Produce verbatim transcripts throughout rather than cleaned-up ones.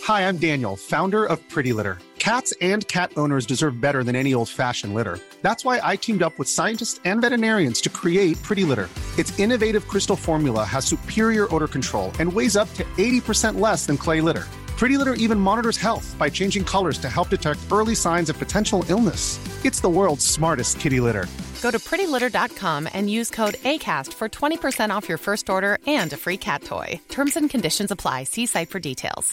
Hi, I'm Daniel, founder of Pretty Litter. Cats and cat owners deserve better than any old-fashioned litter. That's why I teamed up with scientists and veterinarians to create Pretty Litter. Its innovative crystal formula has superior odor control and weighs up to eighty percent less than clay litter. Pretty Litter even monitors health by changing colors to help detect early signs of potential illness. It's the world's smartest kitty litter. Go to pretty litter dot com and use code ACAST for twenty percent off your first order and a free cat toy. Terms and conditions apply. See site for details.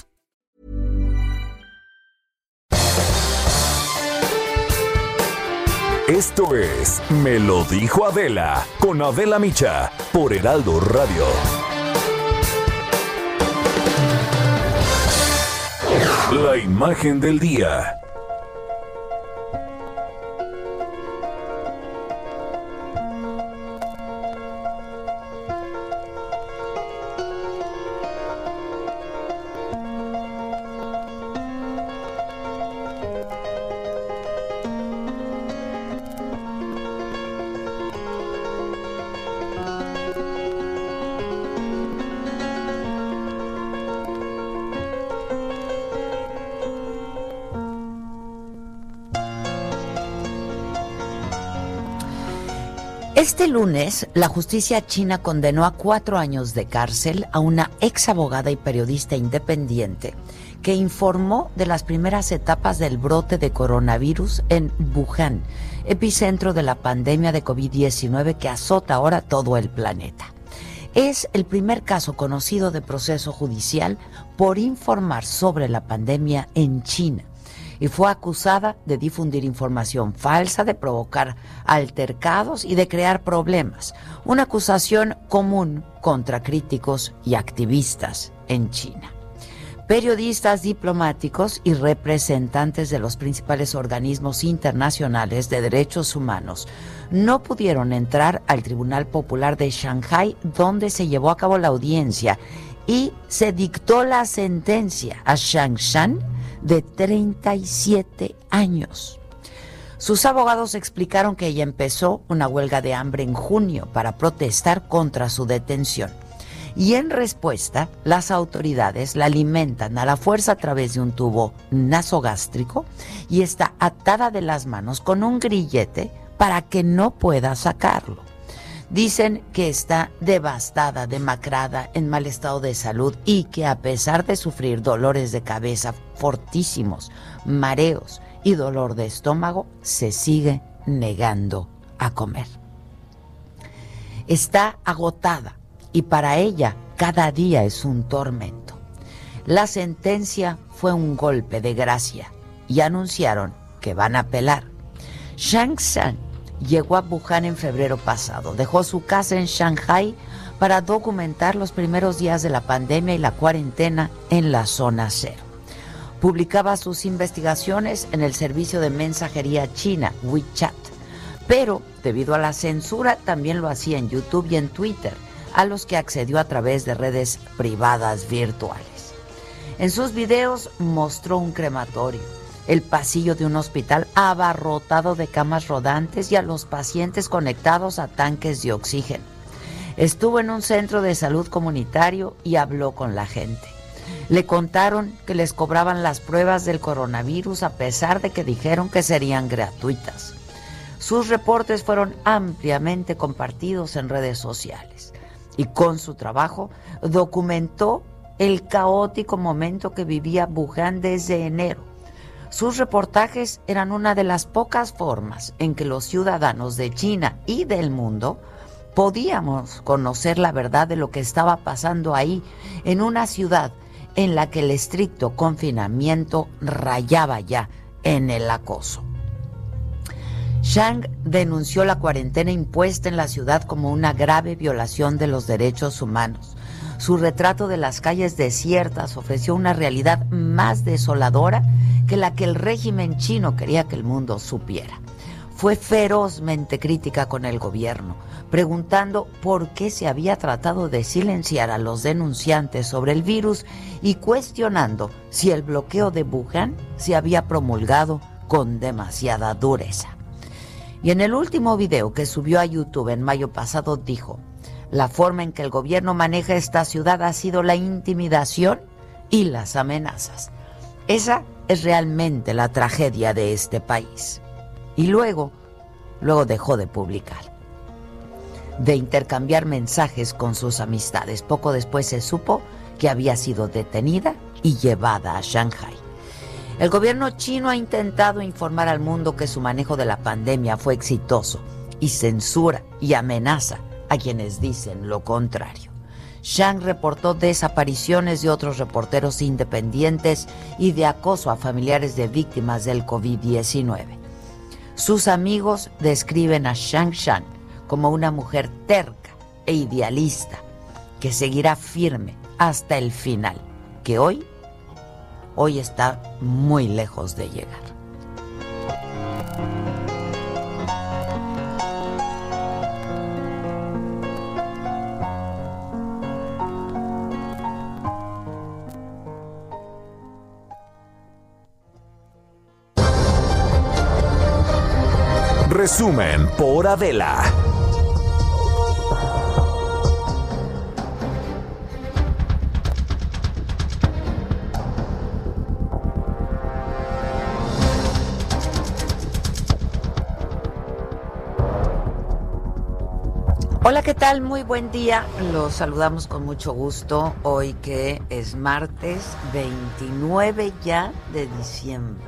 Esto es Me lo dijo Adela, con Adela Micha, por Heraldo Radio. La imagen del día. Este lunes, la justicia china condenó a cuatro años de cárcel a una ex abogada y periodista independiente que informó de las primeras etapas del brote de coronavirus en Wuhan, epicentro de la pandemia de COVID diecinueve que azota ahora todo el planeta. Es el primer caso conocido de proceso judicial por informar sobre la pandemia en China, y fue acusada de difundir información falsa, de provocar altercados y de crear problemas. Una acusación común contra críticos y activistas en China. Periodistas, diplomáticos y representantes de los principales organismos internacionales de derechos humanos no pudieron entrar al Tribunal Popular de Shanghái, donde se llevó a cabo la audiencia y se dictó la sentencia a Zhang Shan, de treinta y siete años. Sus abogados explicaron que ella empezó una huelga de hambre en junio para protestar contra su detención. Y en respuesta, las autoridades la alimentan a la fuerza a través de un tubo nasogástrico y está atada de las manos con un grillete para que no pueda sacarlo. Dicen que está devastada, demacrada, en mal estado de salud y que a pesar de sufrir dolores de cabeza fortísimos, mareos y dolor de estómago, se sigue negando a comer. Está agotada y para ella cada día es un tormento. La sentencia fue un golpe de gracia y anunciaron que van a apelar. Zhang Shan llegó a Wuhan en febrero pasado. Dejó su casa en Shanghái para documentar los primeros días de la pandemia y la cuarentena en la zona cero. Publicaba sus investigaciones en el servicio de mensajería china WeChat, pero debido a la censura también lo hacía en YouTube y en Twitter, a los que accedió a través de redes privadas virtuales. En sus videos mostró un crematorio, el pasillo de un hospital abarrotado de camas rodantes y a los pacientes conectados a tanques de oxígeno. Estuvo en un centro de salud comunitario y habló con la gente. Le contaron que les cobraban las pruebas del coronavirus a pesar de que dijeron que serían gratuitas. Sus reportes fueron ampliamente compartidos en redes sociales y con su trabajo documentó el caótico momento que vivía Wuhan desde enero. Sus reportajes eran una de las pocas formas en que los ciudadanos de China y del mundo podíamos conocer la verdad de lo que estaba pasando ahí, en una ciudad en la que el estricto confinamiento rayaba ya en el acoso. Zhang denunció la cuarentena impuesta en la ciudad como una grave violación de los derechos humanos. Su retrato de las calles desiertas ofreció una realidad más desoladora que la que el régimen chino quería que el mundo supiera. Fue ferozmente crítica con el gobierno, preguntando por qué se había tratado de silenciar a los denunciantes sobre el virus y cuestionando si el bloqueo de Wuhan se había promulgado con demasiada dureza. Y en el último video que subió a YouTube en mayo pasado dijo: la forma en que el gobierno maneja esta ciudad ha sido la intimidación y las amenazas. Esa es realmente la tragedia de este país. Y luego, luego dejó de publicar, de intercambiar mensajes con sus amistades. Poco después se supo que había sido detenida y llevada a Shanghái. El gobierno chino ha intentado informar al mundo que su manejo de la pandemia fue exitoso y censura y amenaza a quienes dicen lo contrario. Zhang reportó desapariciones de otros reporteros independientes y de acoso a familiares de víctimas del COVID diecinueve. Sus amigos describen a Zhang Shan como una mujer terca e idealista que seguirá firme hasta el final, que hoy, hoy está muy lejos de llegar. Resumen por Adela. Hola, ¿qué tal? Muy buen día. Los saludamos con mucho gusto hoy que es martes veintinueve ya de diciembre.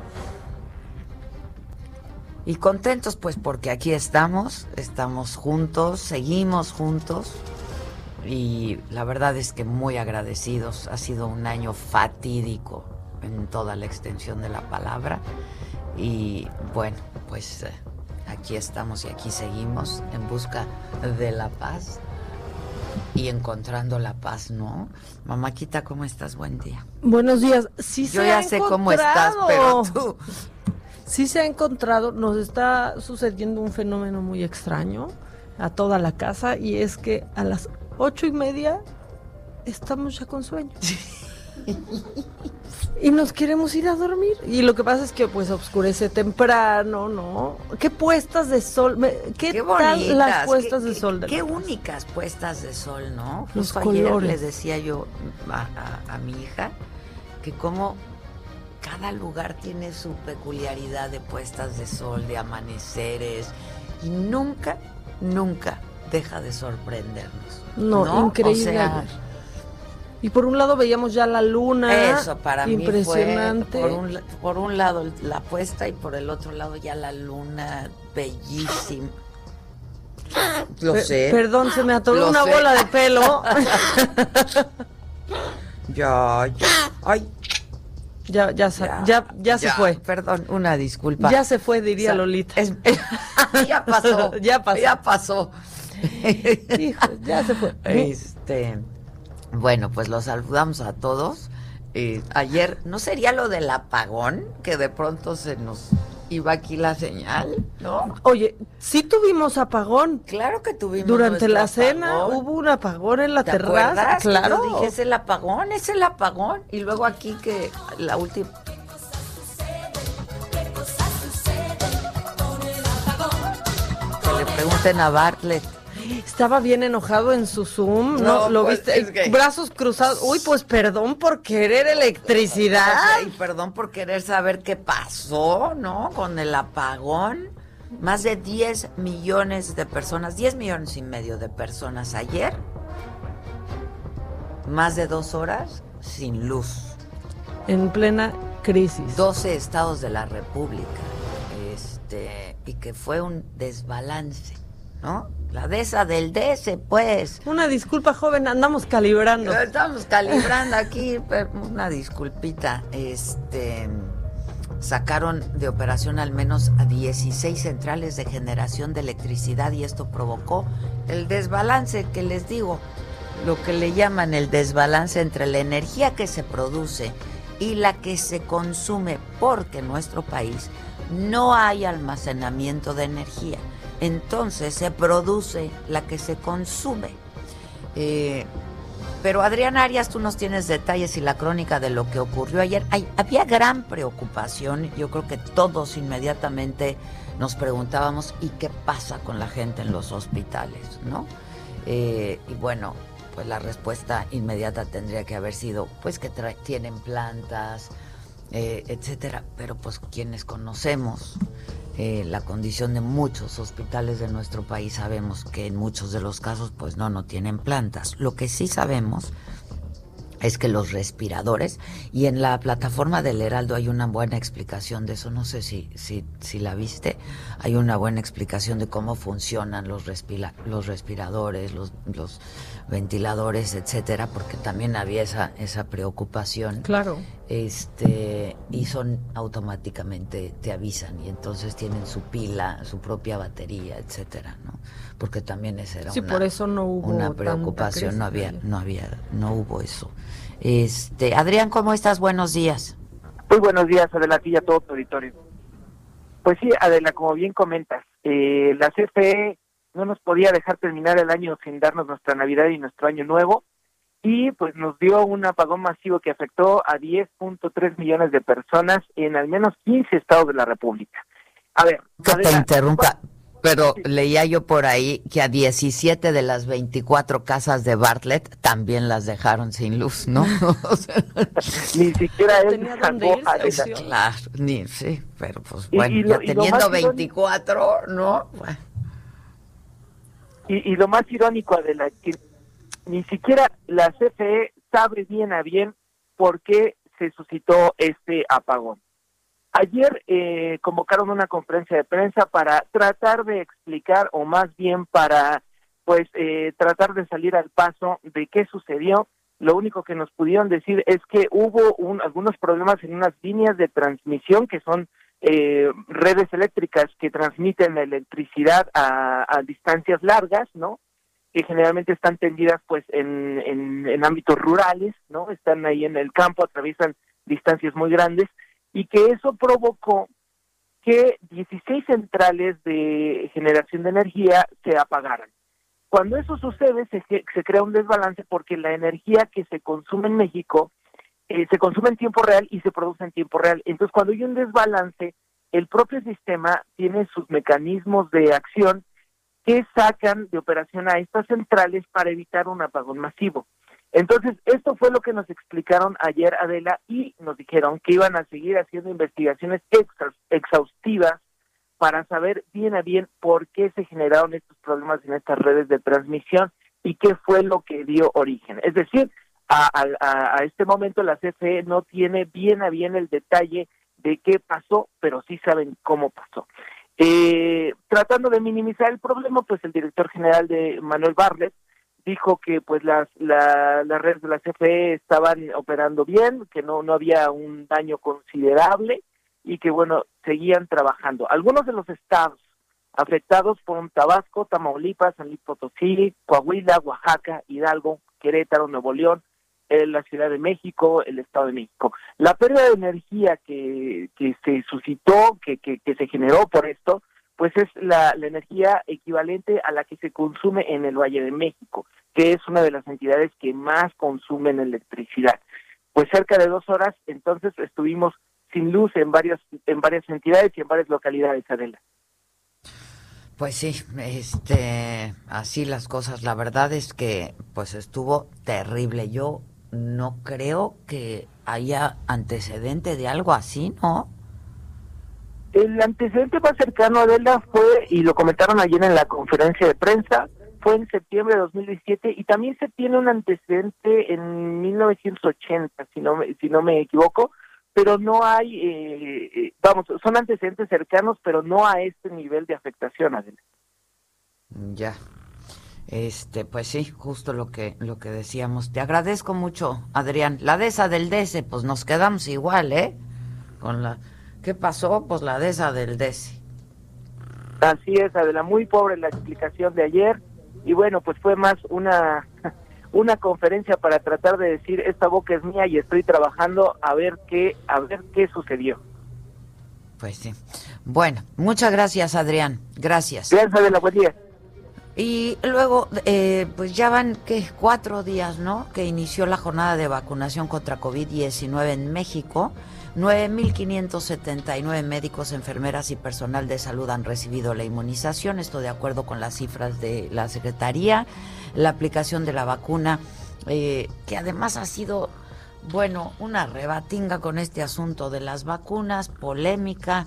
Y contentos pues porque aquí estamos, estamos juntos, seguimos juntos y la verdad es que muy agradecidos. Ha sido un año fatídico en toda la extensión de la palabra y bueno, pues eh, aquí estamos y aquí seguimos en busca de la paz y encontrando la paz, ¿no? Mamáquita, ¿cómo estás? Buen día. Buenos días. Sí, Yo se ya ha sé encontrado. cómo estás, pero tú... Sí se ha encontrado, nos está sucediendo un fenómeno muy extraño a toda la casa y es que a las ocho y media estamos ya con sueño. Y nos queremos ir a dormir. Y lo que pasa es que pues oscurece temprano, ¿no? ¿Qué puestas de sol? ¿Qué, Qué tal bonitas, las puestas qué, de sol? De qué la casa? únicas puestas de sol, ¿no? Los Justo ayer colores. les decía yo a, a, a mi hija que como cada lugar tiene su peculiaridad de puestas de sol, de amaneceres, y nunca, nunca deja de sorprendernos. No, ¿no? increíble. O sea, y por un lado veíamos ya la luna. eso para impresionante. mí fue por un, por un lado la puesta y por el otro lado ya la luna bellísima. Lo Pe- sé. Perdón, se me atoró Lo una sé. bola de pelo. Ya, ya. Ay, Ya, ya, se- ya, ya, se fue. Perdón, una disculpa. Ya se fue, diría O sea, Lolita. es- ya pasó. Ya pasó. Ya pasó. Hijo, ya se fue. Este, bueno, pues los saludamos a todos. Eh, ayer, ¿no sería lo del apagón? Que de pronto se nos iba aquí la señal, ¿no? Oye, sí tuvimos apagón. Claro que tuvimos Durante nuestro la cena apagón. hubo un apagón en la ¿Te terraza. acuerdas? Claro. Yo dije, es el apagón, es el apagón. Y luego aquí que la última... Que le pregunten a Bartlett. Estaba bien enojado en su Zoom, ¿no? No, Lo pues, viste, es que- brazos cruzados. Uy, pues perdón por querer electricidad. Y perdón por querer saber qué pasó, ¿no? Con el apagón. Más de diez millones de personas, diez millones y medio de personas ayer. Más de dos horas sin luz. En plena crisis. doce estados de la República. Este, y que fue un desbalance, ¿no? La de esa del D S, pues. Una disculpa, joven, andamos calibrando. Estamos calibrando aquí, pero una disculpita. Este, sacaron de operación al menos a dieciséis centrales de generación de electricidad y esto provocó el desbalance que les digo, lo que le llaman el desbalance entre la energía que se produce y la que se consume, porque en nuestro país no hay almacenamiento de energía. Entonces se produce la que se consume. Eh, pero Adrián Arias, tú nos tienes detalles y la crónica de lo que ocurrió ayer. Hay, había gran preocupación, yo creo que todos inmediatamente nos preguntábamos, ¿y qué pasa con la gente en los hospitales? ¿No? Eh, y bueno, pues la respuesta inmediata tendría que haber sido, pues que tra- tienen plantas, eh, etcétera. Pero pues quienes conocemos eh, la condición de muchos hospitales de nuestro país sabemos que en muchos de los casos pues no, no tienen plantas. Lo que sí sabemos es que los respiradores, y en la plataforma del Heraldo hay una buena explicación de eso, no sé si si, si la viste, hay una buena explicación de cómo funcionan los, respira, los respiradores, los, los ventiladores, etcétera, porque también había esa, esa preocupación. Claro. Este, y son automáticamente, te avisan, y entonces tienen su pila, su propia batería, etcétera, ¿no? Porque también esa era sí, una, por eso no hubo una preocupación, no había, crisis. no había, no hubo eso. Este, Adrián, ¿cómo estás? Buenos días. Muy buenos días, Adela, y a todo tu auditorio. Pues sí, Adela, como bien comentas, eh, la C F E no nos podía dejar terminar el año sin darnos nuestra Navidad y nuestro Año Nuevo, y pues nos dio un apagón masivo que afectó a diez punto tres millones de personas en al menos quince estados de la República. A ver, que Adela, te interrumpa, pero sí. Leía yo por ahí que a diecisiete de las veinticuatro casas de Bartlett también las dejaron sin luz, ¿no? O sea, ni siquiera él tenía dónde salvó, irse, Adela. opción. claro, ni sí, pero pues Y- bueno, y lo- ya y lo teniendo más irónico- veinticuatro, ¿no? Bueno. Y, y lo más irónico, Adela, que ni siquiera la C F E sabe bien a bien por qué se suscitó este apagón. Ayer eh, convocaron una conferencia de prensa para tratar de explicar, o más bien para pues eh, tratar de salir al paso de qué sucedió. Lo único que nos pudieron decir es que hubo un, algunos problemas en unas líneas de transmisión que son eh, redes eléctricas que transmiten la electricidad a, a distancias largas, ¿no? Que generalmente están tendidas pues en, en, en ámbitos rurales, ¿no? Están ahí en el campo, atraviesan distancias muy grandes, y que eso provocó que dieciséis centrales de generación de energía se apagaran. Cuando eso sucede, se, se crea un desbalance porque la energía que se consume en México eh, se consume en tiempo real y se produce en tiempo real. Entonces, cuando hay un desbalance, el propio sistema tiene sus mecanismos de acción que sacan de operación a estas centrales para evitar un apagón masivo. Entonces, esto fue lo que nos explicaron ayer, Adela, y nos dijeron que iban a seguir haciendo investigaciones extra, exhaustivas para saber bien a bien por qué se generaron estos problemas en estas redes de transmisión y qué fue lo que dio origen. Es decir, a, a, a este momento la C F E no tiene bien a bien el detalle de qué pasó, pero sí saben cómo pasó. Eh, tratando de minimizar el problema, pues el director general de Manuel Bartlett dijo que pues las la, las redes de la C F E estaban operando bien, que no no había un daño considerable y que bueno, seguían trabajando. Algunos de los estados afectados fueron Tabasco, Tamaulipas, San Luis Potosí, Coahuila, Oaxaca, Hidalgo, Querétaro, Nuevo León, eh, la Ciudad de México, el Estado de México. La pérdida de energía que, que se suscitó, que, que, que se generó por esto, pues es la, la energía equivalente a la que se consume en el Valle de México, que es una de las entidades que más consumen electricidad. Pues cerca de dos horas, entonces estuvimos sin luz en varias en varias entidades y en varias localidades, Adela. Pues sí, este, así las cosas. La verdad es que pues estuvo terrible. Yo no creo que haya antecedente de algo así, ¿no? El antecedente más cercano, Adela, fue, y lo comentaron ayer en la conferencia de prensa, fue en septiembre de dos mil diecisiete, y también se tiene un antecedente en mil novecientos ochenta, si no me, si no me equivoco, pero no hay, eh, vamos, son antecedentes cercanos, pero no a este nivel de afectación, Adela. Ya, este, pues sí, justo lo que lo que decíamos. Te agradezco mucho, Adrián. La de esa del D E S E, pues nos quedamos igual, ¿eh? Con la, ¿qué pasó? Pues la de esa del D E S E. Así es, Adela, muy pobre la explicación de ayer, y bueno, pues fue más una una conferencia para tratar de decir, esta boca es mía y estoy trabajando a ver qué a ver qué sucedió. Pues sí. Bueno, muchas gracias, Adrián. Gracias. Gracias, Adela, buen día. Y luego, eh, pues ya van, ¿qué? Cuatro días, ¿no? Que inició la jornada de vacunación contra COVID diecinueve en México. nueve mil quinientos setenta y nueve médicos, enfermeras y personal de salud han recibido la inmunización, esto de acuerdo con las cifras de la Secretaría. La aplicación de la vacuna, eh, que además ha sido Bueno, una rebatinga con este asunto de las vacunas, polémica,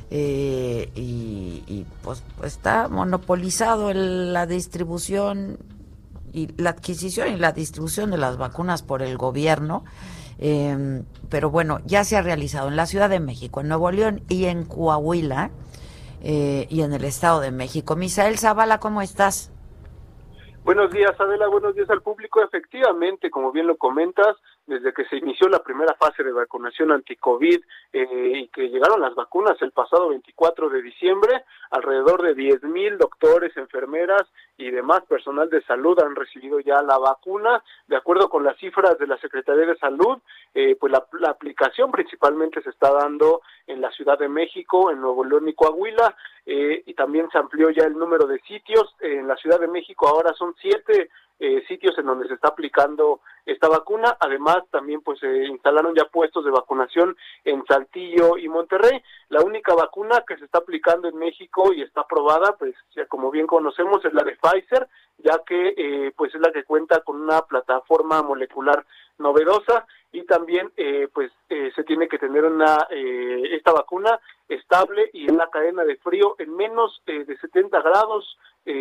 eh, y, y pues está monopolizado el, la distribución y la adquisición y la distribución de las vacunas por el gobierno. Eh, pero bueno, ya se ha realizado en la Ciudad de México, en Nuevo León y en Coahuila, eh, y en el Estado de México. Misael Zavala, ¿cómo estás? Buenos días, Adela, buenos días al público. Efectivamente, como bien lo comentas, desde que se inició la primera fase de vacunación anti-COVID eh, y que llegaron las vacunas el pasado veinticuatro de diciembre, alrededor de diez mil doctores, enfermeras y demás personal de salud han recibido ya la vacuna. De acuerdo con las cifras de la Secretaría de Salud, eh, pues la, la aplicación principalmente se está dando en la Ciudad de México, en Nuevo León y Coahuila, eh, y también se amplió ya el número de sitios. En la Ciudad de México ahora son siete eh, sitios en donde se está aplicando esta vacuna. Además, también pues se instalaron ya puestos de vacunación en Saltillo y Monterrey. La única vacuna que se está aplicando en México y está aprobada, pues ya como bien conocemos, es la de Pfizer, ya que eh, pues es la que cuenta con una plataforma molecular novedosa, y también eh, pues eh, se tiene que tener una eh, esta vacuna estable y en la cadena de frío en menos eh, de setenta grados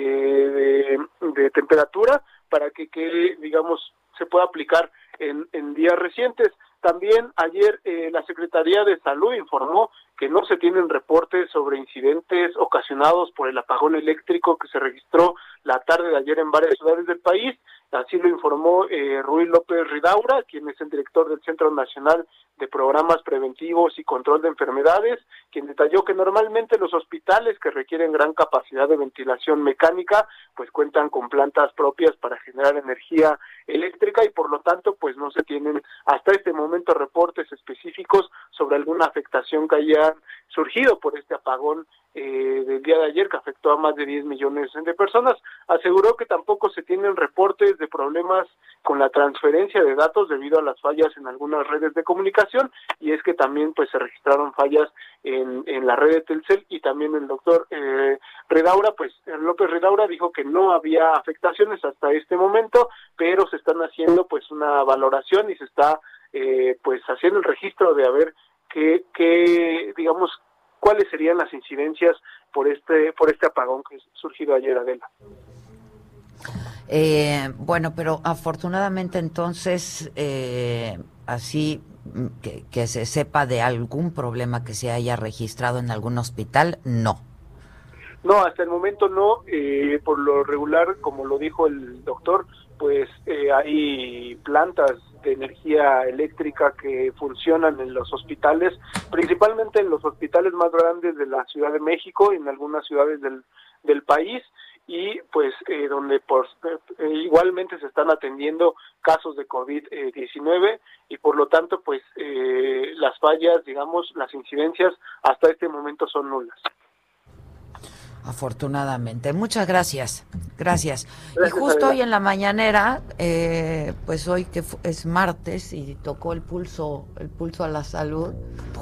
eh, de, de temperatura para que quede, digamos, se pueda aplicar en, en días recientes. También ayer eh, la Secretaría de Salud informó que no se tienen reportes sobre incidentes ocasionados por el apagón eléctrico que se registró la tarde de ayer en varias ciudades del país. Así lo informó eh, Ruy López Ridaura, quien es el director del Centro Nacional de Programas Preventivos y Control de Enfermedades, quien detalló que normalmente los hospitales que requieren gran capacidad de ventilación mecánica, pues cuentan con plantas propias para generar energía eléctrica y por lo tanto pues no se tienen hasta este momento reportes específicos sobre alguna afectación que haya surgido por este apagón eh, del día de ayer que afectó a más de diez millones de personas. Aseguró que tampoco se tienen reportes de problemas con la transferencia de datos debido a las fallas en algunas redes de comunicación, y es que también pues se registraron fallas en, en la red de Telcel. Y también el doctor eh, Ridaura, pues López Ridaura dijo que no había afectaciones hasta este momento, pero se están haciendo pues una valoración y se está eh, pues haciendo el registro de a ver qué, qué digamos, cuáles serían las incidencias por este por este apagón que ha surgido ayer, Adela. Eh, bueno, pero afortunadamente entonces, eh, así que, que se sepa de algún problema que se haya registrado en algún hospital, no. No, hasta el momento no. Eh, por lo regular, como lo dijo el doctor, pues eh, hay plantas de energía eléctrica que funcionan en los hospitales, principalmente en los hospitales más grandes de la Ciudad de México y en algunas ciudades del, del país, y pues eh, donde por, eh, igualmente se están atendiendo casos de COVID diecinueve y por lo tanto pues eh, las fallas, digamos, las incidencias hasta este momento son nulas. Afortunadamente. Muchas gracias. Gracias. Gracias, y justo Adela. hoy en la mañanera, eh, pues hoy que es martes y tocó el pulso, el pulso a la salud.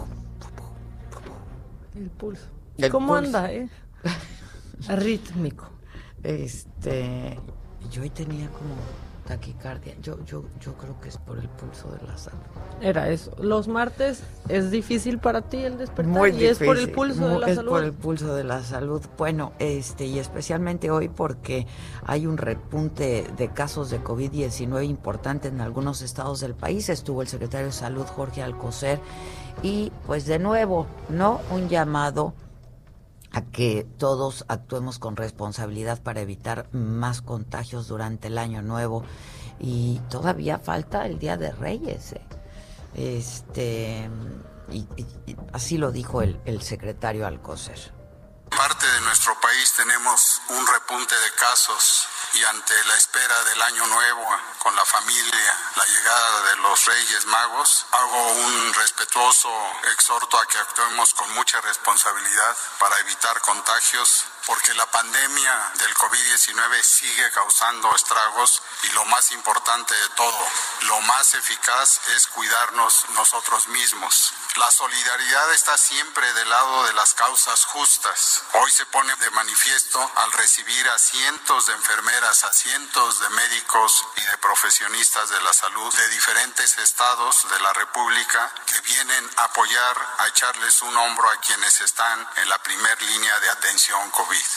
El pulso. El ¿Cómo pulso. anda, eh? Arrítmico. Este, yo hoy tenía como taquicardia. Yo, yo, yo creo que es por el pulso de la salud. Era eso. Los martes es difícil para ti el despertar. Muy y difícil. es por el pulso Muy, de la es salud. por el pulso de la salud. Bueno, este, y especialmente hoy porque hay un repunte de casos de COVID diecinueve importante en algunos estados del país. Estuvo el secretario de Salud, Jorge Alcocer, y pues de nuevo, ¿no? Un llamado a que todos actuemos con responsabilidad para evitar más contagios durante el año nuevo. Y todavía falta el Día de Reyes, ¿eh? Este, y, y, y así lo dijo el, el secretario Alcocer. Parte de nuestro país tenemos un repunte de casos y ante la espera del año nuevo con la familia, la llegada de los Reyes Magos, hago un respetuoso exhorto a que actuemos con mucha responsabilidad para evitar contagios, porque la pandemia del COVID diecinueve sigue causando estragos y lo más importante de todo, lo más eficaz es cuidarnos nosotros mismos. La solidaridad está siempre del lado de las causas justas. Hoy se pone de manifiesto al recibir a cientos de enfermeras veras a cientos de médicos y de profesionistas de la salud de diferentes estados de la República que vienen a apoyar, a echarles un hombro a quienes están en la primer línea de atención COVID.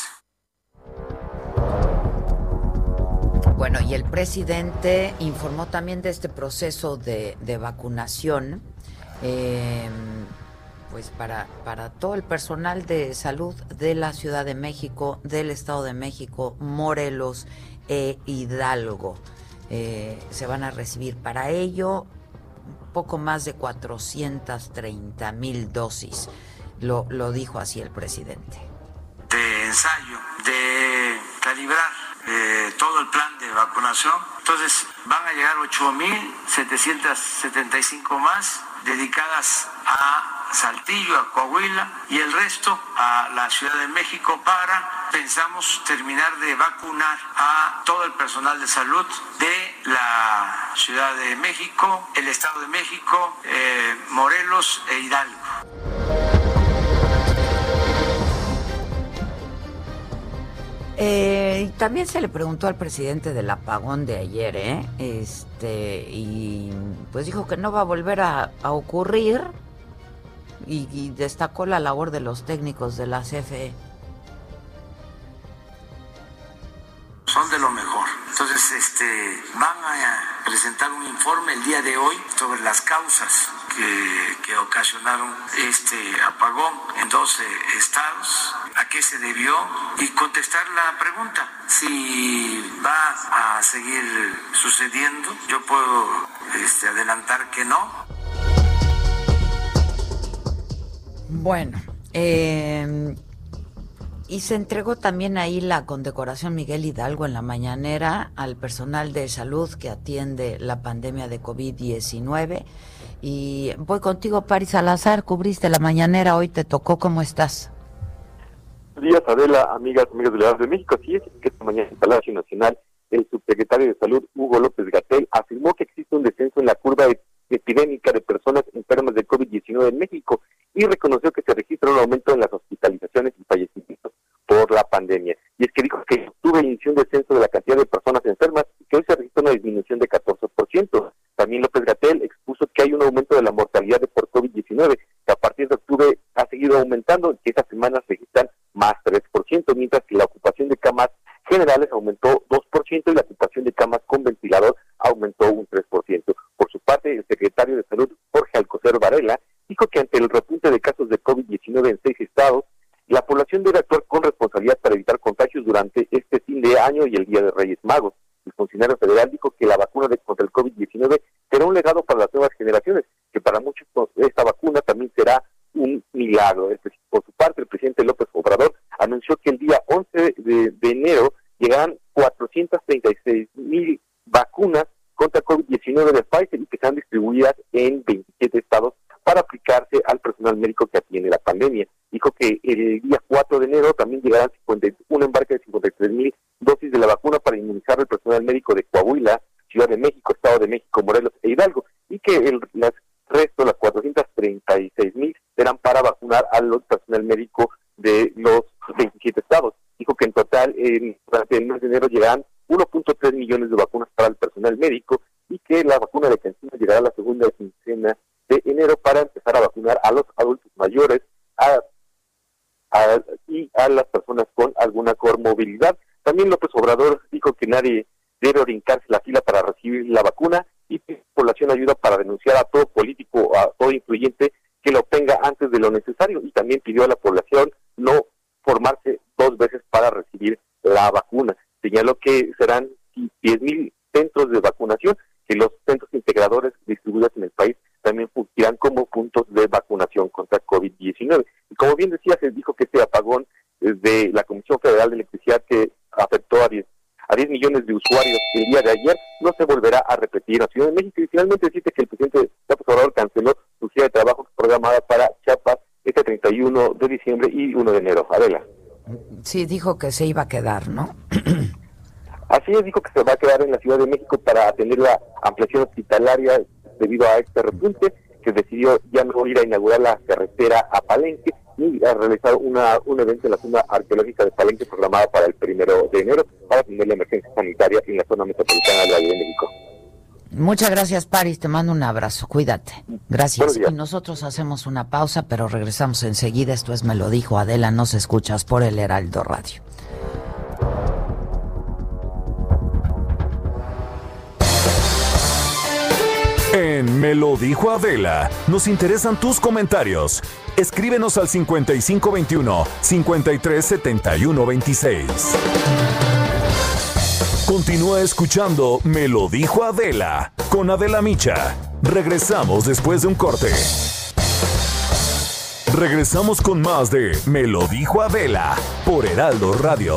Bueno, y el presidente informó también de este proceso de, de vacunación, eh, pues para, para todo el personal de salud de la Ciudad de México, del Estado de México, Morelos e Hidalgo. Eh, se van a recibir para ello un poco más de cuatrocientas treinta mil dosis. Lo, lo dijo así el presidente. De ensayo, de calibrar eh, todo el plan de vacunación. Entonces van a llegar ocho mil setecientos setenta y cinco más dedicadas a Saltillo, a Coahuila y el resto a la Ciudad de México para, pensamos, terminar de vacunar a todo el personal de salud de la Ciudad de México, el Estado de México, eh, Morelos e Hidalgo. Eh, también se le preguntó al presidente del apagón de ayer, ¿eh? Este, y pues dijo que no va a volver a, a ocurrir y, y destacó la labor de los técnicos de la C F E. Son de lo mejor. Entonces, este, van a presentar un informe el día de hoy sobre las causas que, que ocasionaron este apagón en doce estados, a qué se debió y contestar la pregunta. Si va a seguir sucediendo, yo puedo este, adelantar que no. Bueno, eh... y se entregó también ahí la condecoración Miguel Hidalgo en la mañanera al personal de salud que atiende la pandemia de COVID diecinueve. Y voy contigo, Paris Salazar, cubriste la mañanera, hoy te tocó, ¿cómo estás? Buenos días, Adela, amigas, amigas de la Ciudad de México. Así es que esta mañana en Palacio Nacional, el subsecretario de Salud, Hugo López-Gatell, afirmó que existe un descenso en la curva epidémica de personas enfermas de COVID diecinueve en México y reconoció que se registra un aumento en las hospitalizaciones y fallecimientos por la pandemia. Y es que dijo que en octubre inició un descenso de la cantidad de personas enfermas y que hoy se registra una disminución de catorce por ciento. También López-Gatell expuso que hay un aumento de la mortalidad de por COVID diecinueve, que a partir de octubre ha seguido aumentando y que esta semana se registran más tres por ciento, mientras que la ocupación de camas generales aumentó dos por ciento y la ocupación de camas con ventilador aumentó un tres por ciento. Por su parte, el secretario de Salud, Jorge Alcocer Varela, dijo que ante el repunte de casos de COVID diecinueve en seis estados, la población debe actuar con responsabilidad para evitar contagios durante este fin de año y el Día de Reyes Magos. El funcionario federal dijo que la vacuna de, contra el COVID diecinueve será un legado para las nuevas generaciones, que para muchos esta vacuna también será un milagro. Por su parte, el presidente López Obrador anunció que el día once de, de enero llegarán cuatrocientas treinta y seis mil vacunas contra COVID diecinueve de Pfizer y que serán distribuidas en veintisiete estados para aplicarse al personal médico que atiende la pandemia. Dijo que el día cuatro de enero también llegarán cincuenta, un embarque de cincuenta y tres mil dosis de la vacuna para inmunizar al personal médico de Coahuila, Ciudad de México, Estado de México, Morelos e Hidalgo, y que el las resto, las cuatrocientas treinta y seis mil, serán para vacunar al personal médico de los veintisiete estados. Dijo que en total, en, durante el mes de enero llegarán uno punto tres millones de vacunas para el personal médico y que la vacuna de Cancino llegará a la segunda quincena de enero para empezar a vacunar a los adultos mayores a, a, y a las personas con alguna comorbilidad. También López Obrador dijo que nadie debe brincarse la fila para recibir la vacuna y que la población ayuda para denunciar a todo político, a todo influyente que lo obtenga antes de lo necesario, y también pidió a la población no formarse dos veces para recibir la vacuna. Señaló que serán diez mil centros de vacunación, que los centros integradores distribuidos en el país también fungirán como puntos de vacunación contra COVID diecinueve. Y como bien decía, se dijo que este apagón de la Comisión Federal de Electricidad que afectó a diez millones de usuarios el día de ayer no se volverá a repetir en la Ciudad de México. Y finalmente dice que el presidente López Obrador canceló su gira de trabajo programada para Chiapas este treinta y uno de diciembre y uno de enero. Adela. Sí, dijo que se iba a quedar, ¿no? Así es, dijo que se va a quedar en la Ciudad de México para atender la ampliación hospitalaria debido a este repunte, que decidió ya no ir a inaugurar la carretera a Palenque y a realizar una, un evento en la zona arqueológica de Palenque programada para el primero de enero para atender la emergencia sanitaria en la zona metropolitana del Valle de México. Muchas gracias, Paris, te mando un abrazo, cuídate. Gracias. Y nosotros hacemos una pausa, pero regresamos enseguida. Esto es Me lo dijo Adela, nos escuchas por el Heraldo Radio. En Me lo dijo Adela, nos interesan tus comentarios. Escríbenos al cincuenta y cinco veintiuno, cincuenta y tres setenta y uno veintiséis. Continúa escuchando Me lo dijo Adela con Adela Micha. Regresamos después de un corte. Regresamos con más de Me lo dijo Adela por Heraldo Radio.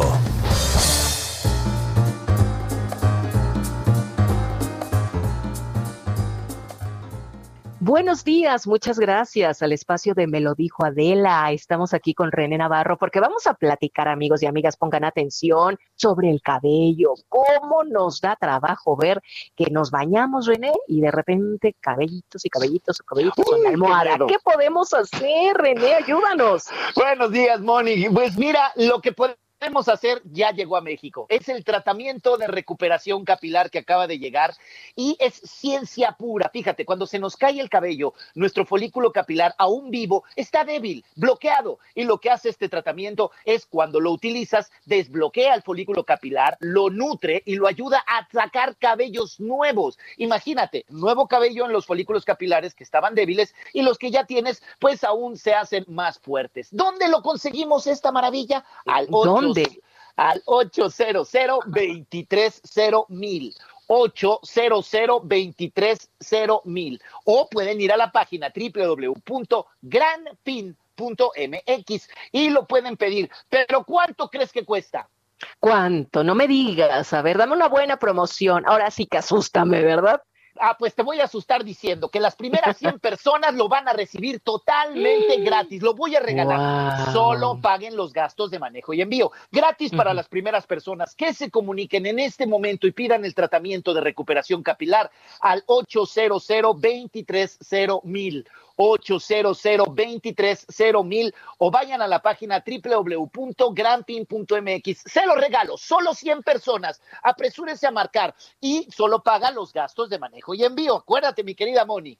Buenos días, muchas gracias al espacio de Me lo dijo Adela. Estamos aquí con René Navarro porque vamos a platicar, amigos y amigas, pongan atención, sobre el cabello. Cómo nos da trabajo ver que nos bañamos, René, y de repente cabellitos y cabellitos y cabellitos en la almohada. ¿Qué podemos hacer, René? Ayúdanos. Buenos días, Moni. Pues mira, lo que podemos podemos hacer ya llegó a México. Es el tratamiento de recuperación capilar que acaba de llegar y es ciencia pura. Fíjate, cuando se nos cae el cabello, nuestro folículo capilar aún vivo está débil, bloqueado, y lo que hace este tratamiento es cuando lo utilizas, desbloquea el folículo capilar, lo nutre y lo ayuda a sacar cabellos nuevos. Imagínate, nuevo cabello en los folículos capilares que estaban débiles y los que ya tienes, pues aún se hacen más fuertes. ¿Dónde lo conseguimos esta maravilla? Al ¿Dónde? Al ochocientos, veintitrés cero mil. ochocientos, veintitrés cero mil. O pueden ir a la página doble u doble u doble u punto gran fin punto m x y lo pueden pedir. Pero ¿cuánto crees que cuesta? ¿Cuánto? No me digas. A ver, dame una buena promoción. Ahora sí que asústame, ¿verdad? Ah, pues te voy a asustar diciendo que las primeras cien personas lo van a recibir totalmente gratis. Lo voy a regalar. Wow. Solo paguen los gastos de manejo y envío. Gratis para uh-huh. las primeras personas que se comuniquen en este momento y pidan el tratamiento de recuperación capilar al ochocientos, veintitrés cero mil. ochocientos, veintitrés cero mil o vayan a la página doble u doble u doble u punto gran fin punto m x. Se los regalo, solo cien personas. Apresúrense a marcar y solo pagan los gastos de manejo y envío. Acuérdate, mi querida Moni.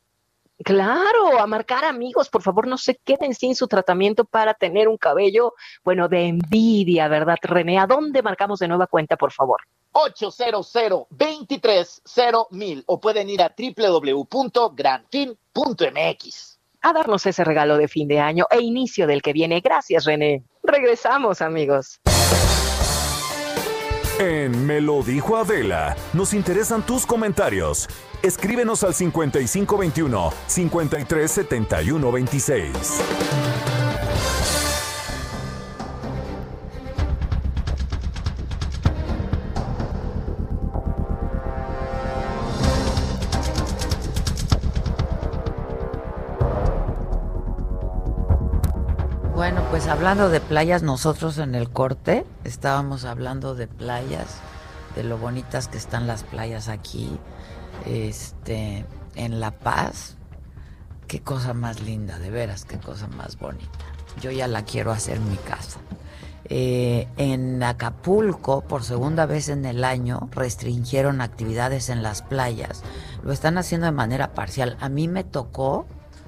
Claro, a marcar, amigos, por favor, no se queden sin su tratamiento para tener un cabello, bueno, de envidia, ¿verdad, René? ¿A dónde marcamos de nueva cuenta, por favor? ochocientos, veintitrés cero mil o pueden ir a doble u doble u doble u punto gran fin punto m x. A darnos ese regalo de fin de año e inicio del que viene. Gracias, René. Regresamos, amigos. En Me lo dijo Adela, nos interesan tus comentarios. Escríbenos al cincuenta y cinco veintiuno, cincuenta y tres setenta y uno veintiséis. Bueno, pues hablando de playas, nosotros en el corte estábamos hablando de playas, de lo bonitas que están las playas aquí, este, en La Paz. Qué cosa más linda, de veras, qué cosa más bonita. Yo ya la quiero hacer en mi casa. Eh, en Acapulco, por segunda vez en el año, restringieron actividades en las playas. Lo están haciendo de manera parcial. A mí me tocó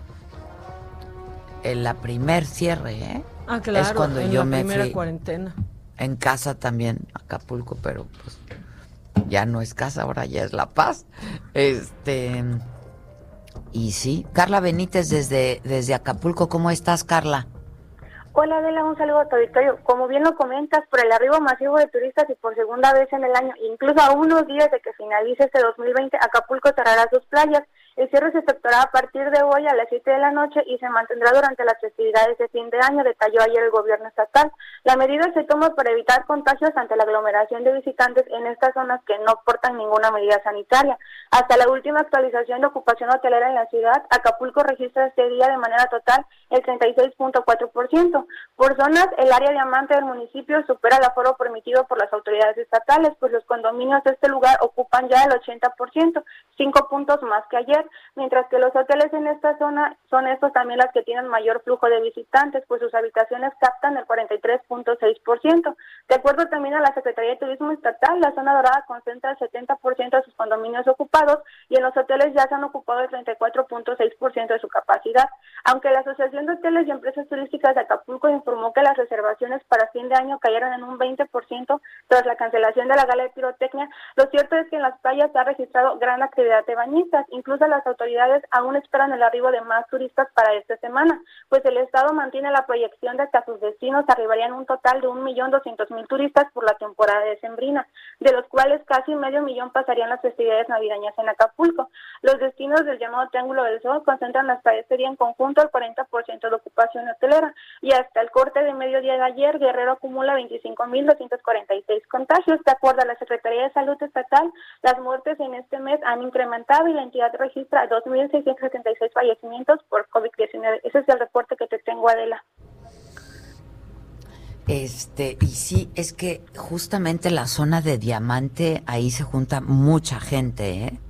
en la primer cierre, ¿eh? Ah, claro, es cuando en yo la me primera fui cuarentena. En casa también, Acapulco, pero pues ya no es casa, ahora ya es La Paz. Este, y sí, Carla Benítez desde, desde Acapulco, ¿cómo estás, Carla? Hola, Adela, un saludo a tu auditorio. Como bien lo comentas, por el arribo masivo de turistas y por segunda vez en el año, incluso a unos días de que finalice este dos mil veinte, Acapulco cerrará sus playas. El cierre se efectuará a partir de hoy a las siete de la noche y se mantendrá durante las festividades de fin de año, detalló ayer el gobierno estatal. La medida se toma para evitar contagios ante la aglomeración de visitantes en estas zonas que no portan ninguna medida sanitaria. Hasta la última actualización de ocupación hotelera en la ciudad, Acapulco registra este día de manera total el treinta y seis punto cuatro por ciento. Por zonas, el área diamante del municipio supera el aforo permitido por las autoridades estatales, pues los condominios de este lugar ocupan ya el ochenta por ciento, cinco puntos más que ayer. días, mientras que los hoteles en esta zona son estos también las que tienen mayor flujo de visitantes, pues sus habitaciones captan el cuarenta y tres punto seis por ciento. De acuerdo también a la Secretaría de Turismo Estatal, la zona dorada concentra el setenta por ciento de sus condominios ocupados y en los hoteles ya se han ocupado el treinta y cuatro punto seis por ciento de su capacidad. Aunque la Asociación de Hoteles y Empresas Turísticas de Acapulco informó que las reservaciones para fin de año cayeron en un veinte por ciento tras la cancelación de la gala de pirotecnia, lo cierto es que en las playas se ha registrado gran actividad de bañistas. Incluso las autoridades aún esperan el arribo de más turistas para esta semana, pues el Estado mantiene la proyección de que a sus destinos arribarían un total de un millón doscientos mil turistas por la temporada decembrina, de los cuales casi medio millón pasarían las festividades navideñas en Acapulco. Los destinos del llamado Triángulo del Sol concentran hasta este día en conjunto el cuarenta por ciento de ocupación hotelera y hasta el corte de mediodía de ayer, Guerrero acumula veinticinco mil doscientos cuarenta y seis contagios. De acuerdo a la Secretaría de Salud Estatal, las muertes en este mes han incrementado y la entidad registra dos mil seiscientos setenta y seis fallecimientos por COVID diecinueve. Ese es el reporte que te tengo, Adela. Este, y sí, es que justamente la zona de Diamante, ahí se junta mucha gente, ¿eh?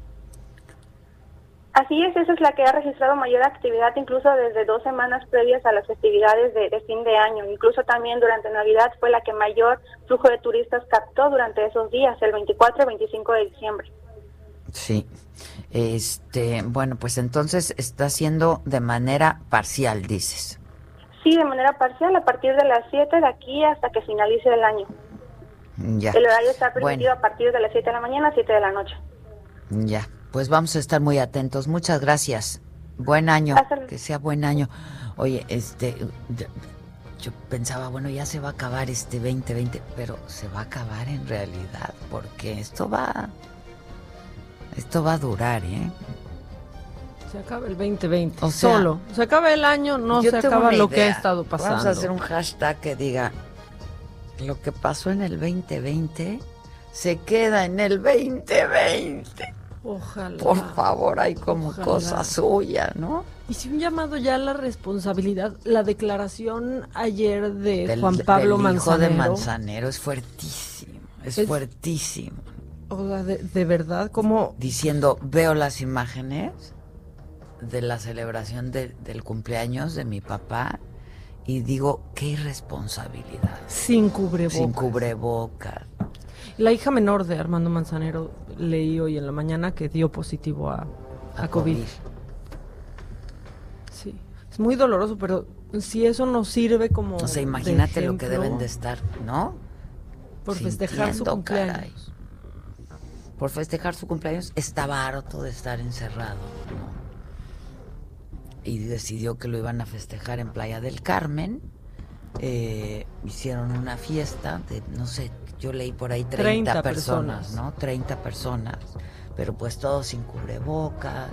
Así es, esa es la que ha registrado mayor actividad, incluso desde dos semanas previas a las festividades de, de fin de año. Incluso también durante Navidad fue la que mayor flujo de turistas captó durante esos días, el veinticuatro y veinticinco de diciembre. Sí, este, bueno, pues entonces está siendo de manera parcial, dices. Sí, de manera parcial, a partir de las siete de aquí hasta que finalice el año. Ya. El horario está permitido Bueno. a partir de las siete de la mañana a siete de la noche. Ya, pues vamos a estar muy atentos. Muchas gracias. Buen año, Hasta... que sea buen año. Oye, este, yo pensaba, bueno, ya se va a acabar este veinte veinte, pero se va a acabar en realidad, porque esto va, esto va a durar, ¿eh? Se acaba el veinte veinte, o sea, solo. Se acaba el año, no se acaba lo que ha estado pasando. Vamos a hacer un hashtag que diga, lo que pasó en el veinte veinte se queda en el veinte veinte. Ojalá. Por favor, hay como Ojalá. cosa suya, ¿no? Y si un llamado ya a la responsabilidad, la declaración ayer de Del, Juan Pablo del hijo Manzanero. de Manzanero es fuertísimo, es, es fuertísimo. O sea, de, de verdad, como... Diciendo, veo las imágenes de la celebración de, del cumpleaños de mi papá y digo, qué irresponsabilidad. Sin cubrebocas. Sin cubrebocas. La hija menor de Armando Manzanero, leí hoy en la mañana que dio positivo a, a, a COVID. COVID. Sí, es muy doloroso, pero si eso nos sirve como... O sea, imagínate ejemplo, lo que deben de estar, ¿no? Por festejar su cumpleaños. Caray. Por festejar su cumpleaños, estaba harto de estar encerrado, ¿no? Y decidió que lo iban a festejar en Playa del Carmen. Eh, hicieron una fiesta de, no sé, yo leí por ahí treinta, treinta personas, personas, ¿no? treinta personas, pero pues todos sin cubrebocas.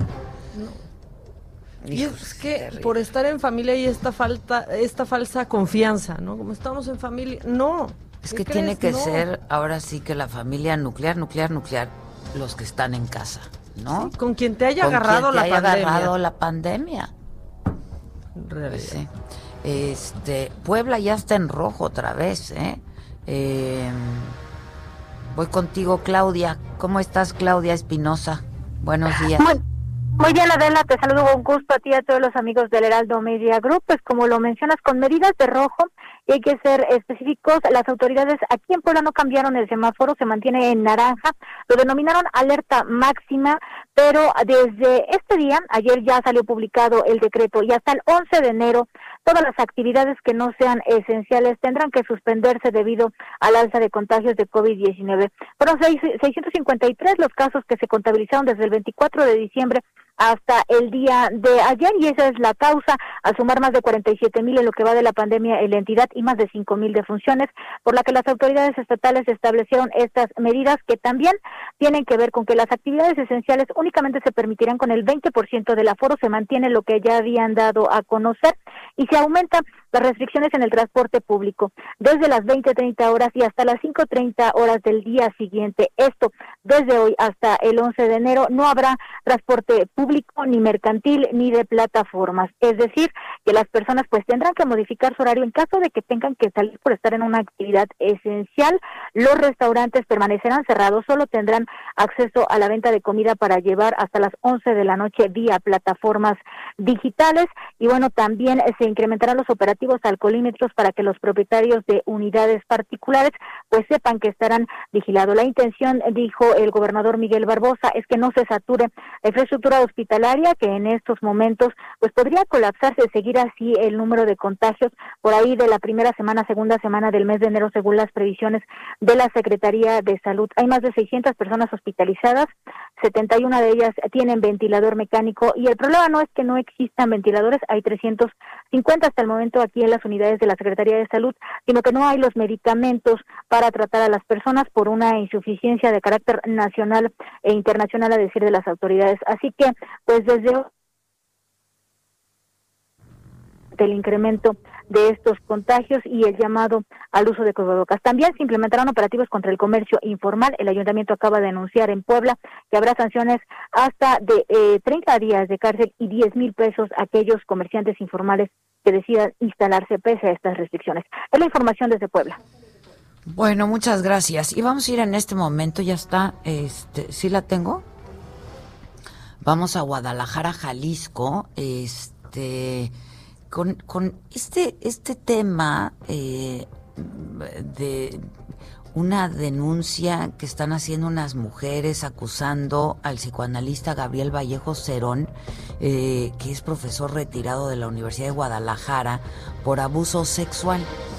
No. Y Hijo, es que terrible. Por estar en familia hay esta falta, esta falsa confianza, ¿no? Como estamos en familia, no. Es que tiene que no. ser ahora sí que la familia nuclear, nuclear, nuclear, los que están en casa, ¿no? Sí, con quien te haya con agarrado quien te la haya pandemia. agarrado la pandemia. Pues sí. Este, Puebla ya está en rojo otra vez, ¿eh? Eh, voy contigo, Claudia. ¿Cómo estás, Claudia Espinosa? Buenos días. Muy, muy bien, Adela, te saludo con gusto a ti y a todos los amigos del Heraldo Media Group. Pues como lo mencionas, con medidas de rojo, y hay que ser específicos, las autoridades aquí en Puebla no cambiaron el semáforo, se mantiene en naranja, lo denominaron alerta máxima, pero desde este día, ayer ya salió publicado el decreto y hasta el once de enero, todas las actividades que no sean esenciales tendrán que suspenderse debido al alza de contagios de COVID diecinueve. Fueron seiscientos cincuenta y tres los casos que se contabilizaron desde el veinticuatro de diciembre hasta el día de ayer, y esa es la causa, al sumar más de cuarenta y siete mil en lo que va de la pandemia en la entidad y más de cinco mil defunciones, por la que las autoridades estatales establecieron estas medidas que también tienen que ver con que las actividades esenciales únicamente se permitirán con el veinte por ciento del aforo, se mantiene lo que ya habían dado a conocer, y se aumenta las restricciones en el transporte público desde las veinte treinta horas y hasta las cinco treinta horas del día siguiente. Esto desde hoy hasta el once de enero no habrá transporte público ni mercantil ni de plataformas. Es decir, que las personas pues tendrán que modificar su horario en caso de que tengan que salir por estar en una actividad esencial. Los restaurantes permanecerán cerrados, solo tendrán acceso a la venta de comida para llevar hasta las once de la noche vía plataformas digitales. Y bueno, también se incrementarán los operativos alcoholímetros para que los propietarios de unidades particulares pues sepan que estarán vigilados. La intención, dijo el gobernador Miguel Barbosa, es que no se sature la infraestructura hospitalaria, que en estos momentos pues podría colapsarse, seguir así el número de contagios por ahí de la primera semana, segunda semana del mes de enero, según las previsiones de la Secretaría de Salud. Hay más de seiscientas personas hospitalizadas, setenta y una de ellas tienen ventilador mecánico, y el problema no es que no existan ventiladores, hay trescientos cincuenta hasta el momento aquí en las unidades de la Secretaría de Salud, sino que no hay los medicamentos para tratar a las personas por una insuficiencia de carácter nacional e internacional, a decir de las autoridades. Así que, pues desde el incremento de estos contagios y el llamado al uso de cubrebocas. También se implementarán operativos contra el comercio informal. El ayuntamiento acaba de anunciar en Puebla que habrá sanciones hasta de eh, treinta días de cárcel y diez mil pesos a aquellos comerciantes informales que decidan instalarse pese a estas restricciones. Es la información desde Puebla. Bueno, muchas gracias. Y vamos a ir en este momento, ya está, este, ¿sí la tengo? Vamos a Guadalajara, Jalisco, este... Con, con este este tema eh, de una denuncia que están haciendo unas mujeres acusando al psicoanalista Gabriel Vallejo Cerón, eh, que es profesor retirado de la Universidad de Guadalajara, por abuso sexual.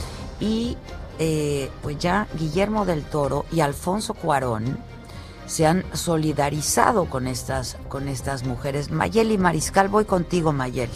Y eh, pues ya Guillermo del Toro y Alfonso Cuarón se han solidarizado con estas, con estas mujeres. Mayeli Mariscal, voy contigo, Mayeli.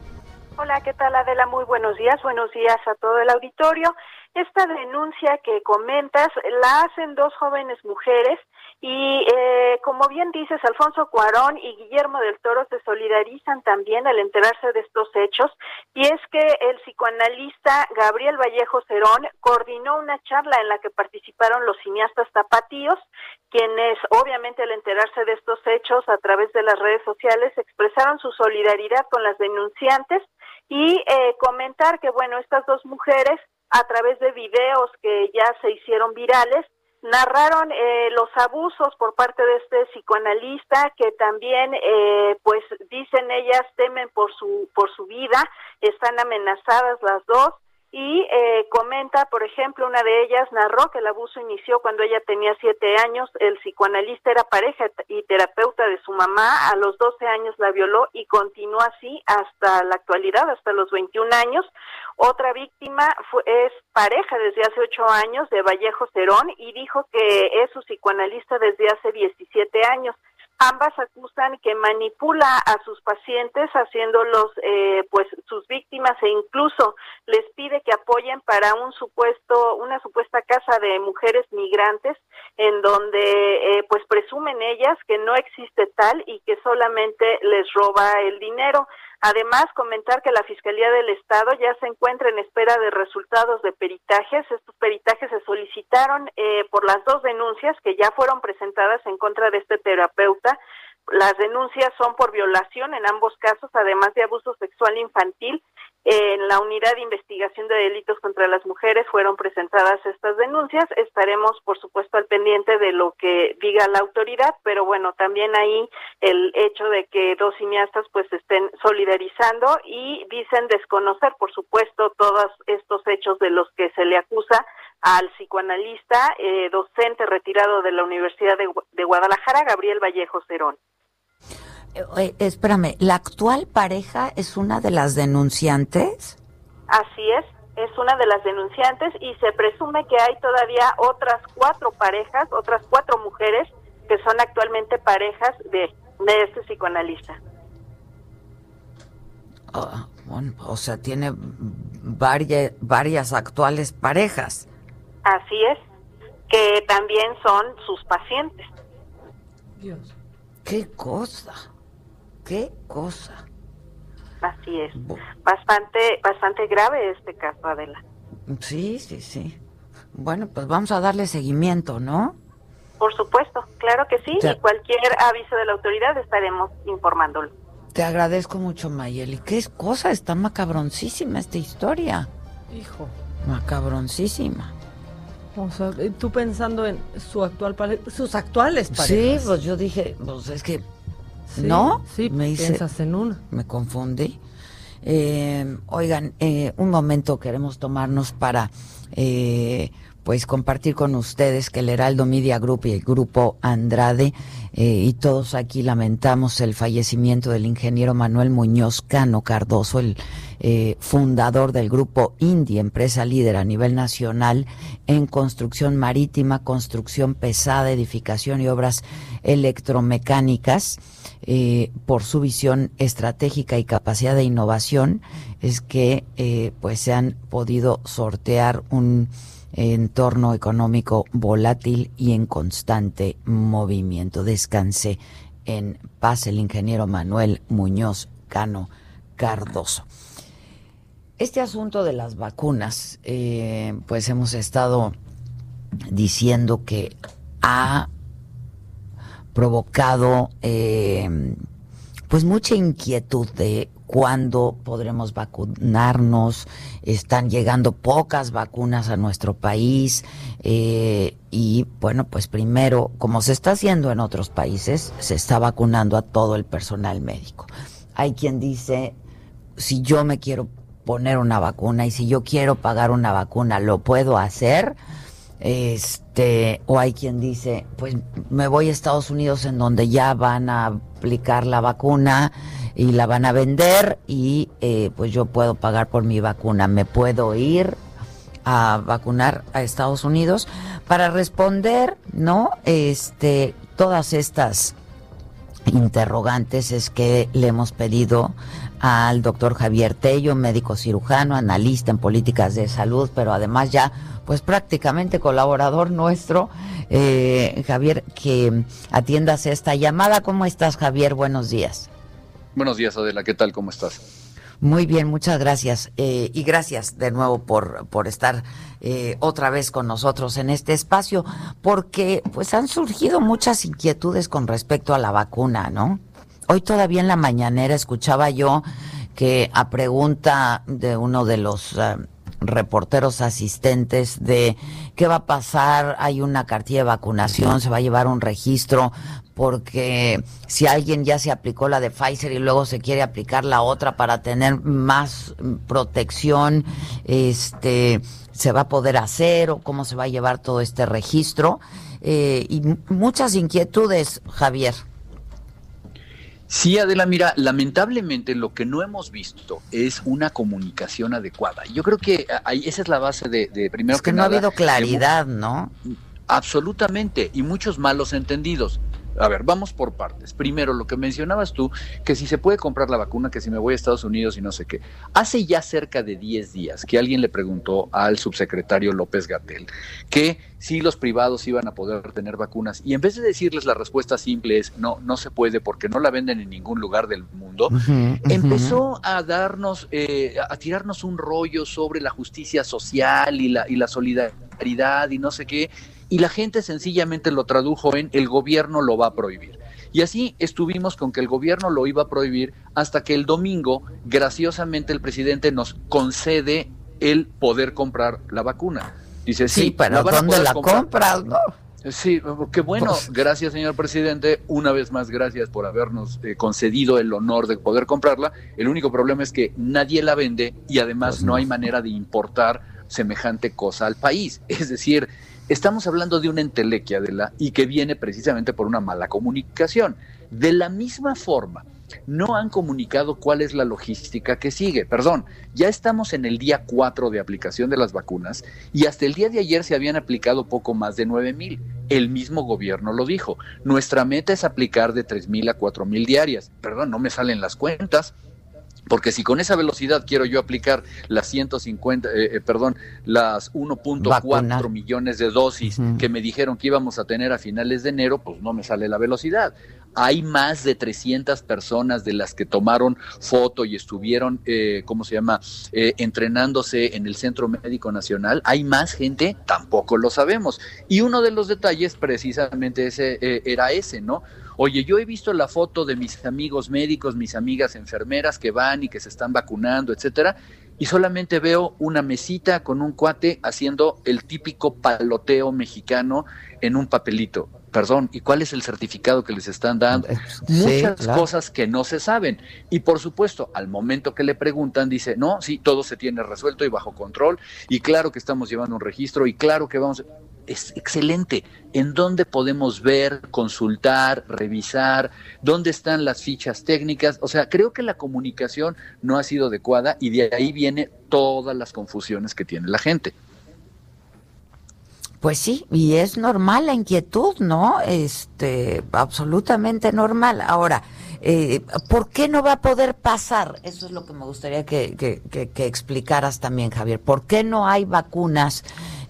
Hola, ¿qué tal, Adela? Muy buenos días. Buenos días a todo el auditorio. Esta denuncia que comentas la hacen dos jóvenes mujeres y, eh, como bien dices, Alfonso Cuarón y Guillermo del Toro se solidarizan también al enterarse de estos hechos, y es que el psicoanalista Gabriel Vallejo Cerón coordinó una charla en la que participaron los cineastas tapatíos, quienes obviamente al enterarse de estos hechos a través de las redes sociales expresaron su solidaridad con las denunciantes y eh, comentar que, bueno, estas dos mujeres, a través de videos que ya se hicieron virales, narraron eh, los abusos por parte de este psicoanalista, que también, eh, pues, dicen ellas, temen por su por su vida, están amenazadas las dos. Y eh, comenta, por ejemplo, una de ellas narró que el abuso inició cuando ella tenía siete años, el psicoanalista era pareja y terapeuta de su mamá, a los doce años la violó y continuó así hasta la actualidad, hasta los veintiún años. Otra víctima fue, es pareja desde hace ocho años de Vallejo Cerón y dijo que es su psicoanalista desde hace diecisiete años. Ambas acusan que manipula a sus pacientes haciéndolos eh, pues sus víctimas, e incluso les pide que apoyen para un supuesto una supuesta casa de mujeres migrantes, en donde eh, pues presumen ellas que no existe tal y que solamente les roba el dinero. Además, comentar que la Fiscalía del Estado ya se encuentra en espera de resultados de peritajes. Estos peritajes se solicitaron eh, por las dos denuncias que ya fueron presentadas en contra de este terapeuta. Las denuncias son por violación en ambos casos, además de abuso sexual infantil. En la Unidad de Investigación de Delitos contra las Mujeres fueron presentadas estas denuncias. Estaremos, por supuesto, al pendiente de lo que diga la autoridad, pero bueno, también ahí el hecho de que dos cineastas pues estén solidarizando y dicen desconocer, por supuesto, todos estos hechos de los que se le acusa al psicoanalista, eh, docente retirado de la Universidad de, de Guadalajara, Gabriel Vallejo Cerón. Eh, espérame, ¿la actual pareja es una de las denunciantes? Así es, es una de las denunciantes y se presume que hay todavía otras cuatro parejas, otras cuatro mujeres que son actualmente parejas de, de este psicoanalista. Oh, bueno, o sea, tiene varias, varias actuales parejas. Así es, que también son sus pacientes. Dios. ¿Qué cosa? ¿Qué cosa? Así es. Bastante, bastante grave este caso, Adela. Sí, sí, sí. Bueno, pues vamos a darle seguimiento, ¿no? Por supuesto, claro que sí, Te... y cualquier aviso de la autoridad estaremos informándolo. Te agradezco mucho, Mayeli. ¿Qué es cosa? Está macabroncísima esta historia. Hijo. Macabroncísima. O sea, tú pensando en su actual pare... sus actuales parejas. Sí, pues yo dije, pues es que... Sí, ¿no? Sí, me hice, piensas en una. Me confundí. Eh, oigan, eh, un momento queremos tomarnos para... Eh, pues compartir con ustedes que el Heraldo Media Group y el Grupo Andrade eh, y todos aquí lamentamos el fallecimiento del ingeniero Manuel Muñoz Cano Cardoso, el eh, fundador del Grupo Indie, empresa líder a nivel nacional en construcción marítima, construcción pesada, edificación y obras electromecánicas. Eh, por su visión estratégica y capacidad de innovación es que eh, pues se han podido sortear un entorno económico volátil y en constante movimiento. Descanse en paz el ingeniero Manuel Muñoz Cano Cardoso. Este asunto de las vacunas, eh, pues hemos estado diciendo que ha provocado eh, pues mucha inquietud de cuándo podremos vacunarnos. Están llegando pocas vacunas a nuestro país eh, y bueno, pues primero, como se está haciendo en otros países, se está vacunando a todo el personal médico. Hay quien dice, si yo me quiero poner una vacuna y si yo quiero pagar una vacuna, ¿lo puedo hacer? Este, o hay quien dice, pues me voy a Estados Unidos en donde ya van a aplicar la vacuna y la van a vender y eh, pues yo puedo pagar por mi vacuna. ¿Me puedo ir a vacunar a Estados Unidos? Para responder, ¿no? Este, todas estas interrogantes es que le hemos pedido al doctor Javier Tello, médico cirujano, analista en políticas de salud, pero además ya pues prácticamente colaborador nuestro, eh, Javier, que atiendas esta llamada. ¿Cómo estás, Javier? Buenos días. Buenos días, Adela, ¿qué tal? ¿Cómo estás? Muy bien, muchas gracias. Eh, y gracias de nuevo por, por estar eh, otra vez con nosotros en este espacio, porque pues han surgido muchas inquietudes con respecto a la vacuna, ¿no? Hoy todavía en la mañanera escuchaba yo que a pregunta de uno de los uh, reporteros asistentes de qué va a pasar, hay una cartilla de vacunación, se va a llevar un registro, porque si alguien ya se aplicó la de Pfizer y luego se quiere aplicar la otra para tener más protección, este, se va a poder hacer, o cómo se va a llevar todo este registro, eh, y muchas inquietudes, Javier. Sí, Adela, mira, lamentablemente lo que no hemos visto es una comunicación adecuada. Yo creo que ahí esa es la base de, de primero es que, que no nada, ha habido claridad, ¿no? Absolutamente, y muchos malos entendidos. A ver, vamos por partes. Primero, lo que mencionabas tú, que si se puede comprar la vacuna, que si me voy a Estados Unidos y no sé qué. Hace ya cerca de diez días que alguien le preguntó al subsecretario López-Gatell que si los privados iban a poder tener vacunas, y en vez de decirles la respuesta simple es no, no se puede porque no la venden en ningún lugar del mundo, uh-huh, uh-huh. empezó a darnos, eh, a tirarnos un rollo sobre la justicia social y la, y la solidaridad y no sé qué. Y la gente sencillamente lo tradujo en el gobierno lo va a prohibir. Y así estuvimos con que el gobierno lo iba a prohibir hasta que el domingo, graciosamente, el presidente nos concede el poder comprar la vacuna. Dice, sí, sí pero la ¿dónde la comprar? compras, no? Sí, qué bueno, pues... gracias, señor presidente, una vez más gracias por habernos eh, concedido el honor de poder comprarla. El único problema es que nadie la vende y además pues no. no hay manera de importar semejante cosa al país. Es decir, estamos hablando de una entelequia de la y que viene precisamente por una mala comunicación. De la misma forma, no han comunicado cuál es la logística que sigue. Perdón, ya estamos en el día cuatro de aplicación de las vacunas y hasta el día de ayer se habían aplicado poco más de nueve mil. El mismo gobierno lo dijo. Nuestra meta es aplicar de tres mil a cuatro mil diarias. Perdón, no me salen las cuentas. Porque si con esa velocidad quiero yo aplicar las ciento cincuenta, eh, eh, perdón, las uno punto cuatro millones de dosis uh-huh. que me dijeron que íbamos a tener a finales de enero, pues no me sale la velocidad. hay más de trescientas personas de las que tomaron foto y estuvieron, eh, ¿cómo se llama?, eh, entrenándose en el Centro Médico Nacional. ¿Hay más gente? Tampoco lo sabemos. Y uno de los detalles precisamente ese, eh, era ese, ¿no? Oye, yo he visto la foto de mis amigos médicos, mis amigas enfermeras que van y que se están vacunando, etcétera, y solamente veo una mesita con un cuate haciendo el típico paloteo mexicano en un papelito. Perdón, ¿y cuál es el certificado que les están dando? Sí, Muchas claro. cosas que no se saben. Y por supuesto, al momento que le preguntan, dice, no, sí, todo se tiene resuelto y bajo control, y claro que estamos llevando un registro, y claro que vamos... Es excelente. ¿En dónde podemos ver, consultar, revisar? ¿Dónde están las fichas técnicas? O sea, creo que la comunicación no ha sido adecuada y de ahí vienen todas las confusiones que tiene la gente. Pues sí, y es normal la inquietud, ¿no? Este, absolutamente normal. Ahora, eh, ¿por qué no va a poder pasar? Eso es lo que me gustaría que, que, que, que explicaras también, Javier. ¿Por qué no hay vacunas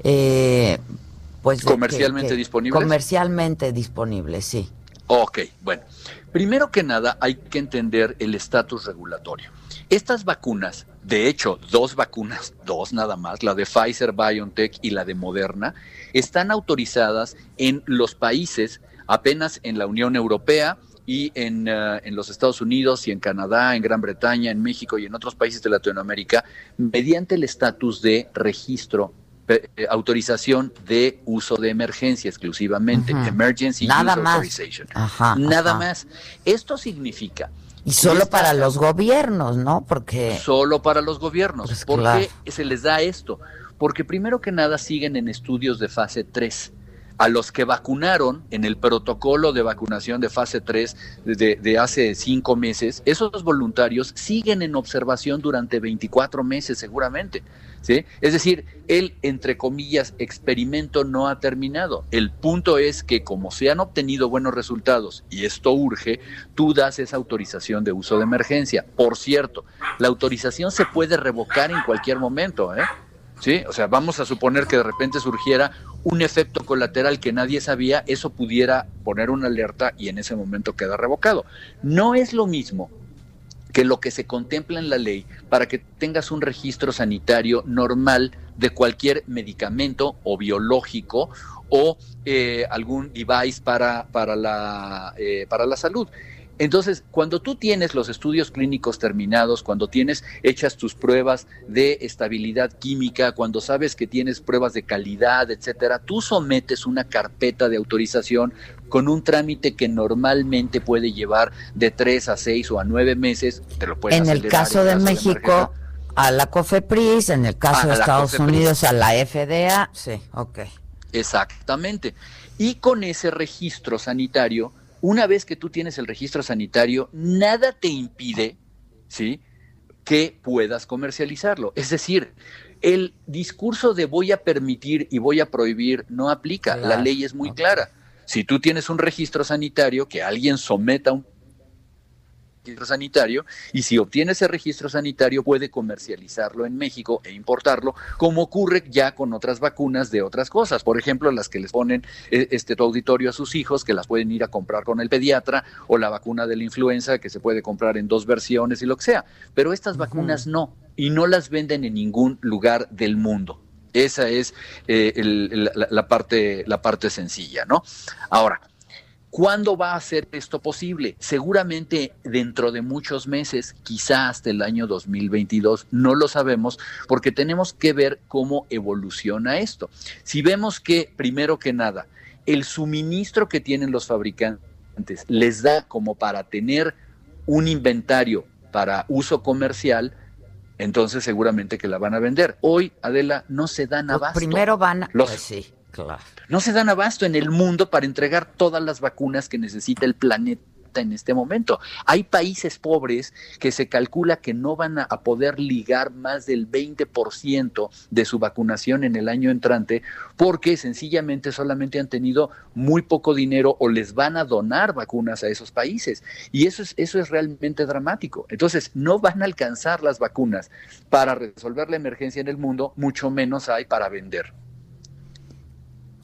eh, pues comercialmente que, que, disponibles? Comercialmente disponibles, sí. Ok, bueno. Primero que nada hay que entender el estatus regulatorio. Estas vacunas, de hecho, dos vacunas, dos nada más, la de Pfizer, BioNTech y la de Moderna, están autorizadas en los países, apenas en la Unión Europea y en, uh, en los Estados Unidos y en Canadá, en Gran Bretaña, en México y en otros países de Latinoamérica, mediante el estatus de registro, eh, autorización de uso de emergencia exclusivamente, uh-huh. Emergency Nada Use más. Authorization. Ajá, Nada ajá. más. Esto significa... Y solo esta, para los gobiernos, ¿no? Porque... Solo para los gobiernos. Pues ¿Por claro. qué se les da esto? Porque primero que nada siguen en estudios de fase tres. A los que vacunaron en el protocolo de vacunación de fase tres de, de hace cinco meses, esos voluntarios siguen en observación durante veinticuatro meses seguramente, ¿sí? Es decir, el, entre comillas, experimento no ha terminado. El punto es que como se han obtenido buenos resultados, y esto urge, tú das esa autorización de uso de emergencia. Por cierto, la autorización se puede revocar en cualquier momento, ¿eh? ¿Sí? O sea, vamos a suponer que de repente surgiera un efecto colateral que nadie sabía, eso pudiera poner una alerta y en ese momento queda revocado. No es lo mismo que lo que se contempla en la ley para que tengas un registro sanitario normal de cualquier medicamento o biológico o eh, algún device para, para, la, eh, para la salud. Entonces, cuando tú tienes los estudios clínicos terminados, cuando tienes hechas tus pruebas de estabilidad química, cuando sabes que tienes pruebas de calidad, etcétera, tú sometes una carpeta de autorización con un trámite que normalmente puede llevar de tres a seis o a nueve meses. Te lo pueden en el caso de México, a la COFEPRIS, en el caso de Estados Unidos, a la F D A. Sí, ok. Exactamente. Y con ese registro sanitario, una vez que tú tienes el registro sanitario, nada te impide, ¿sí?, que puedas comercializarlo. Es decir, el discurso de voy a permitir y voy a prohibir no aplica. Claro. La ley es muy okay. clara. Si tú tienes un registro sanitario, que alguien someta un registro sanitario, y si obtiene ese registro sanitario puede comercializarlo en México e importarlo, como ocurre ya con otras vacunas de otras cosas. Por ejemplo, las que les ponen este tu auditorio a sus hijos, que las pueden ir a comprar con el pediatra, o la vacuna de la influenza, que se puede comprar en dos versiones y lo que sea. Pero estas uh-huh. vacunas no, y no las venden en ningún lugar del mundo. Esa es eh, el, la, la, parte, la parte sencilla, ¿no? Ahora, ¿cuándo va a ser esto posible? Seguramente dentro de muchos meses, quizá hasta el año dos mil veintidós, no lo sabemos, porque tenemos que ver cómo evoluciona esto. Si vemos que, primero que nada, el suministro que tienen los fabricantes les da como para tener un inventario para uso comercial, entonces seguramente que la van a vender. Hoy, Adela, no se dan abasto. Pues primero van a... Los... Pues sí. Claro. No se dan abasto en el mundo para entregar todas las vacunas que necesita el planeta en este momento. Hay países pobres que se calcula que no van a poder ligar más del veinte por ciento de su vacunación en el año entrante porque sencillamente solamente han tenido muy poco dinero o les van a donar vacunas a esos países. Y eso es, eso es realmente dramático. Entonces, no van a alcanzar las vacunas para resolver la emergencia en el mundo, mucho menos hay para vender.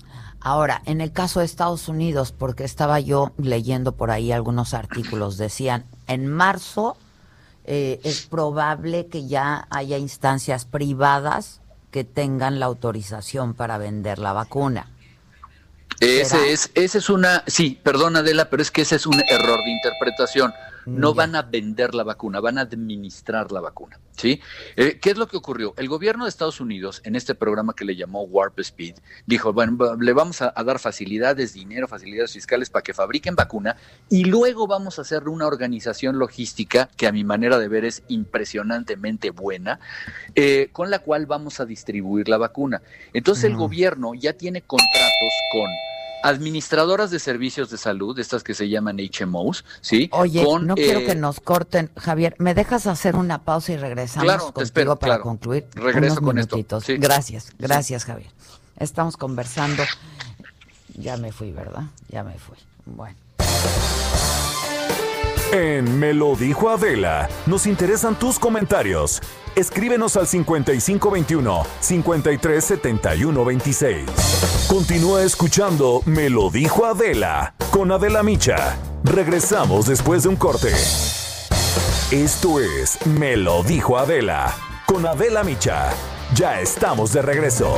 Ahora, en el caso de Estados Unidos, porque estaba yo leyendo por ahí algunos artículos, decían, en marzo eh, es probable que ya haya instancias privadas que tengan la autorización para vender la vacuna. Ese es, ese es una, sí, perdón Adela, pero es que ese es un error de interpretación. No ya. Van a vender la vacuna, van a administrar la vacuna, ¿sí? Eh, ¿Qué es lo que ocurrió? El gobierno de Estados Unidos, en este programa que le llamó Warp Speed, dijo, bueno, le vamos a, a dar facilidades, dinero, facilidades fiscales para que fabriquen vacuna y luego vamos a hacer una organización logística que a mi manera de ver es impresionantemente buena, eh, con la cual vamos a distribuir la vacuna. Entonces uh-huh. el gobierno ya tiene contratos con administradoras de servicios de salud, estas que se llaman H M Os, ¿sí? Oye, Con, no eh, quiero que nos corten. Javier, ¿me dejas hacer una pausa y regresamos claro, contigo espero, para claro. concluir? Regreso unos con minutitos. esto. Sí. Gracias, gracias sí. Javier. Estamos conversando. Ya me fui, ¿verdad? Ya me fui. Bueno. En Me lo dijo Adela, nos interesan tus comentarios. Escríbenos al cincuenta y cinco veintiuno, cincuenta y tres setenta y uno veintiséis. Continúa escuchando Me lo dijo Adela con Adela Micha. Regresamos después de un corte. Esto es Me lo dijo Adela con Adela Micha. Ya estamos de regreso.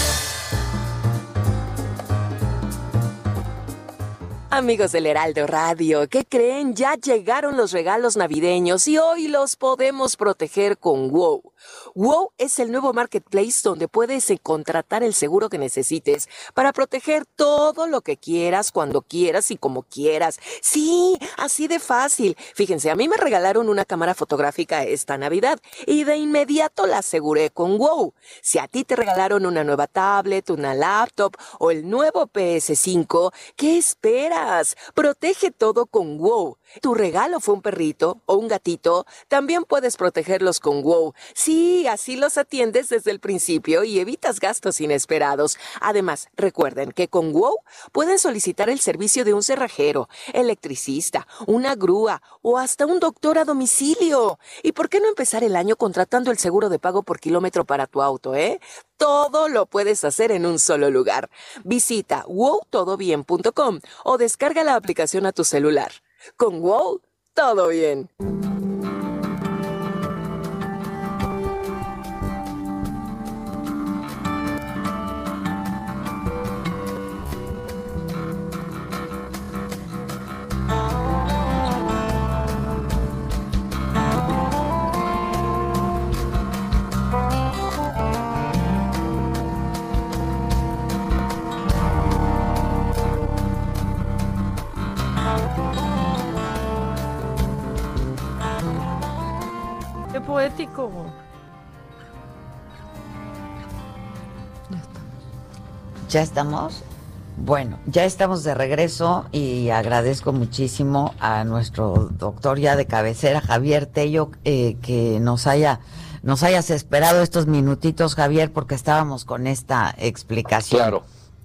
Amigos del Heraldo Radio, ¿qué creen? Ya llegaron los regalos navideños y hoy los podemos proteger con WOW. WOW es el nuevo marketplace donde puedes contratar el seguro que necesites para proteger todo lo que quieras, cuando quieras y como quieras. Sí, así de fácil. Fíjense, a mí me regalaron una cámara fotográfica esta Navidad y de inmediato la aseguré con WOW. Si a ti te regalaron una nueva tablet, una laptop o el nuevo P S cinco, ¿qué esperas? Protege todo con WOW. ¿Tu regalo fue un perrito o un gatito? También puedes protegerlos con WOW. Sí, así los atiendes desde el principio y evitas gastos inesperados. Además, recuerden que con WOW pueden solicitar el servicio de un cerrajero, electricista, una grúa o hasta un doctor a domicilio. ¿Y por qué no empezar el año contratando el seguro de pago por kilómetro para tu auto, eh? Todo lo puedes hacer en un solo lugar. Visita wow todo bien punto com o descarga la aplicación a tu celular. Con WOW, todo bien. Qué poético. Ya estamos. ¿Ya estamos? Bueno, ya estamos de regreso y agradezco muchísimo a nuestro doctor ya de cabecera, Javier Tello, eh, que nos haya nos hayas esperado estos minutitos, Javier, porque estábamos con esta explicación. Claro.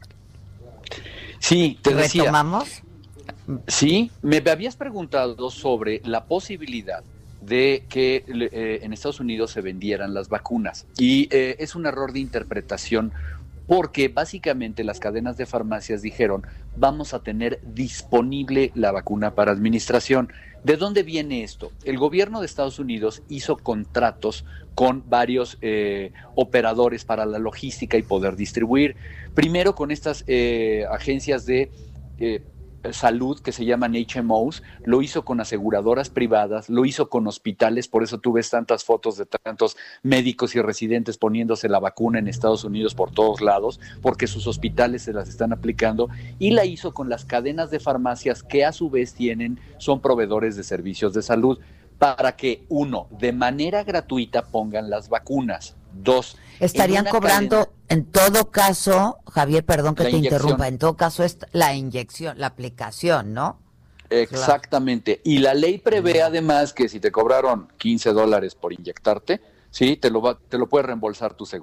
Sí, te decía. ¿Retomamos? Sí, me habías preguntado sobre la posibilidad de que eh, en Estados Unidos se vendieran las vacunas. Y eh, es un error de interpretación porque básicamente las cadenas de farmacias dijeron vamos a tener disponible la vacuna para administración. ¿De dónde viene esto? El gobierno de Estados Unidos hizo contratos con varios eh, operadores para la logística y poder distribuir. Primero con estas eh, agencias de eh, salud que se llaman H M Os, lo hizo con aseguradoras privadas, lo hizo con hospitales, por eso tú ves tantas fotos de tantos médicos y residentes poniéndose la vacuna en Estados Unidos por todos lados, porque sus hospitales se las están aplicando, y la hizo con las cadenas de farmacias que a su vez tienen, son proveedores de servicios de salud, para que, uno, de manera gratuita pongan las vacunas. Dos, estarían cobrando, cadena, en todo caso, Javier, perdón que te inyección. interrumpa, en todo caso es la inyección, la aplicación, ¿no? Exactamente. Claro. Y la ley prevé además que si te cobraron quince dólares por inyectarte, sí, te lo va, te lo puede reembolsar tu seguro.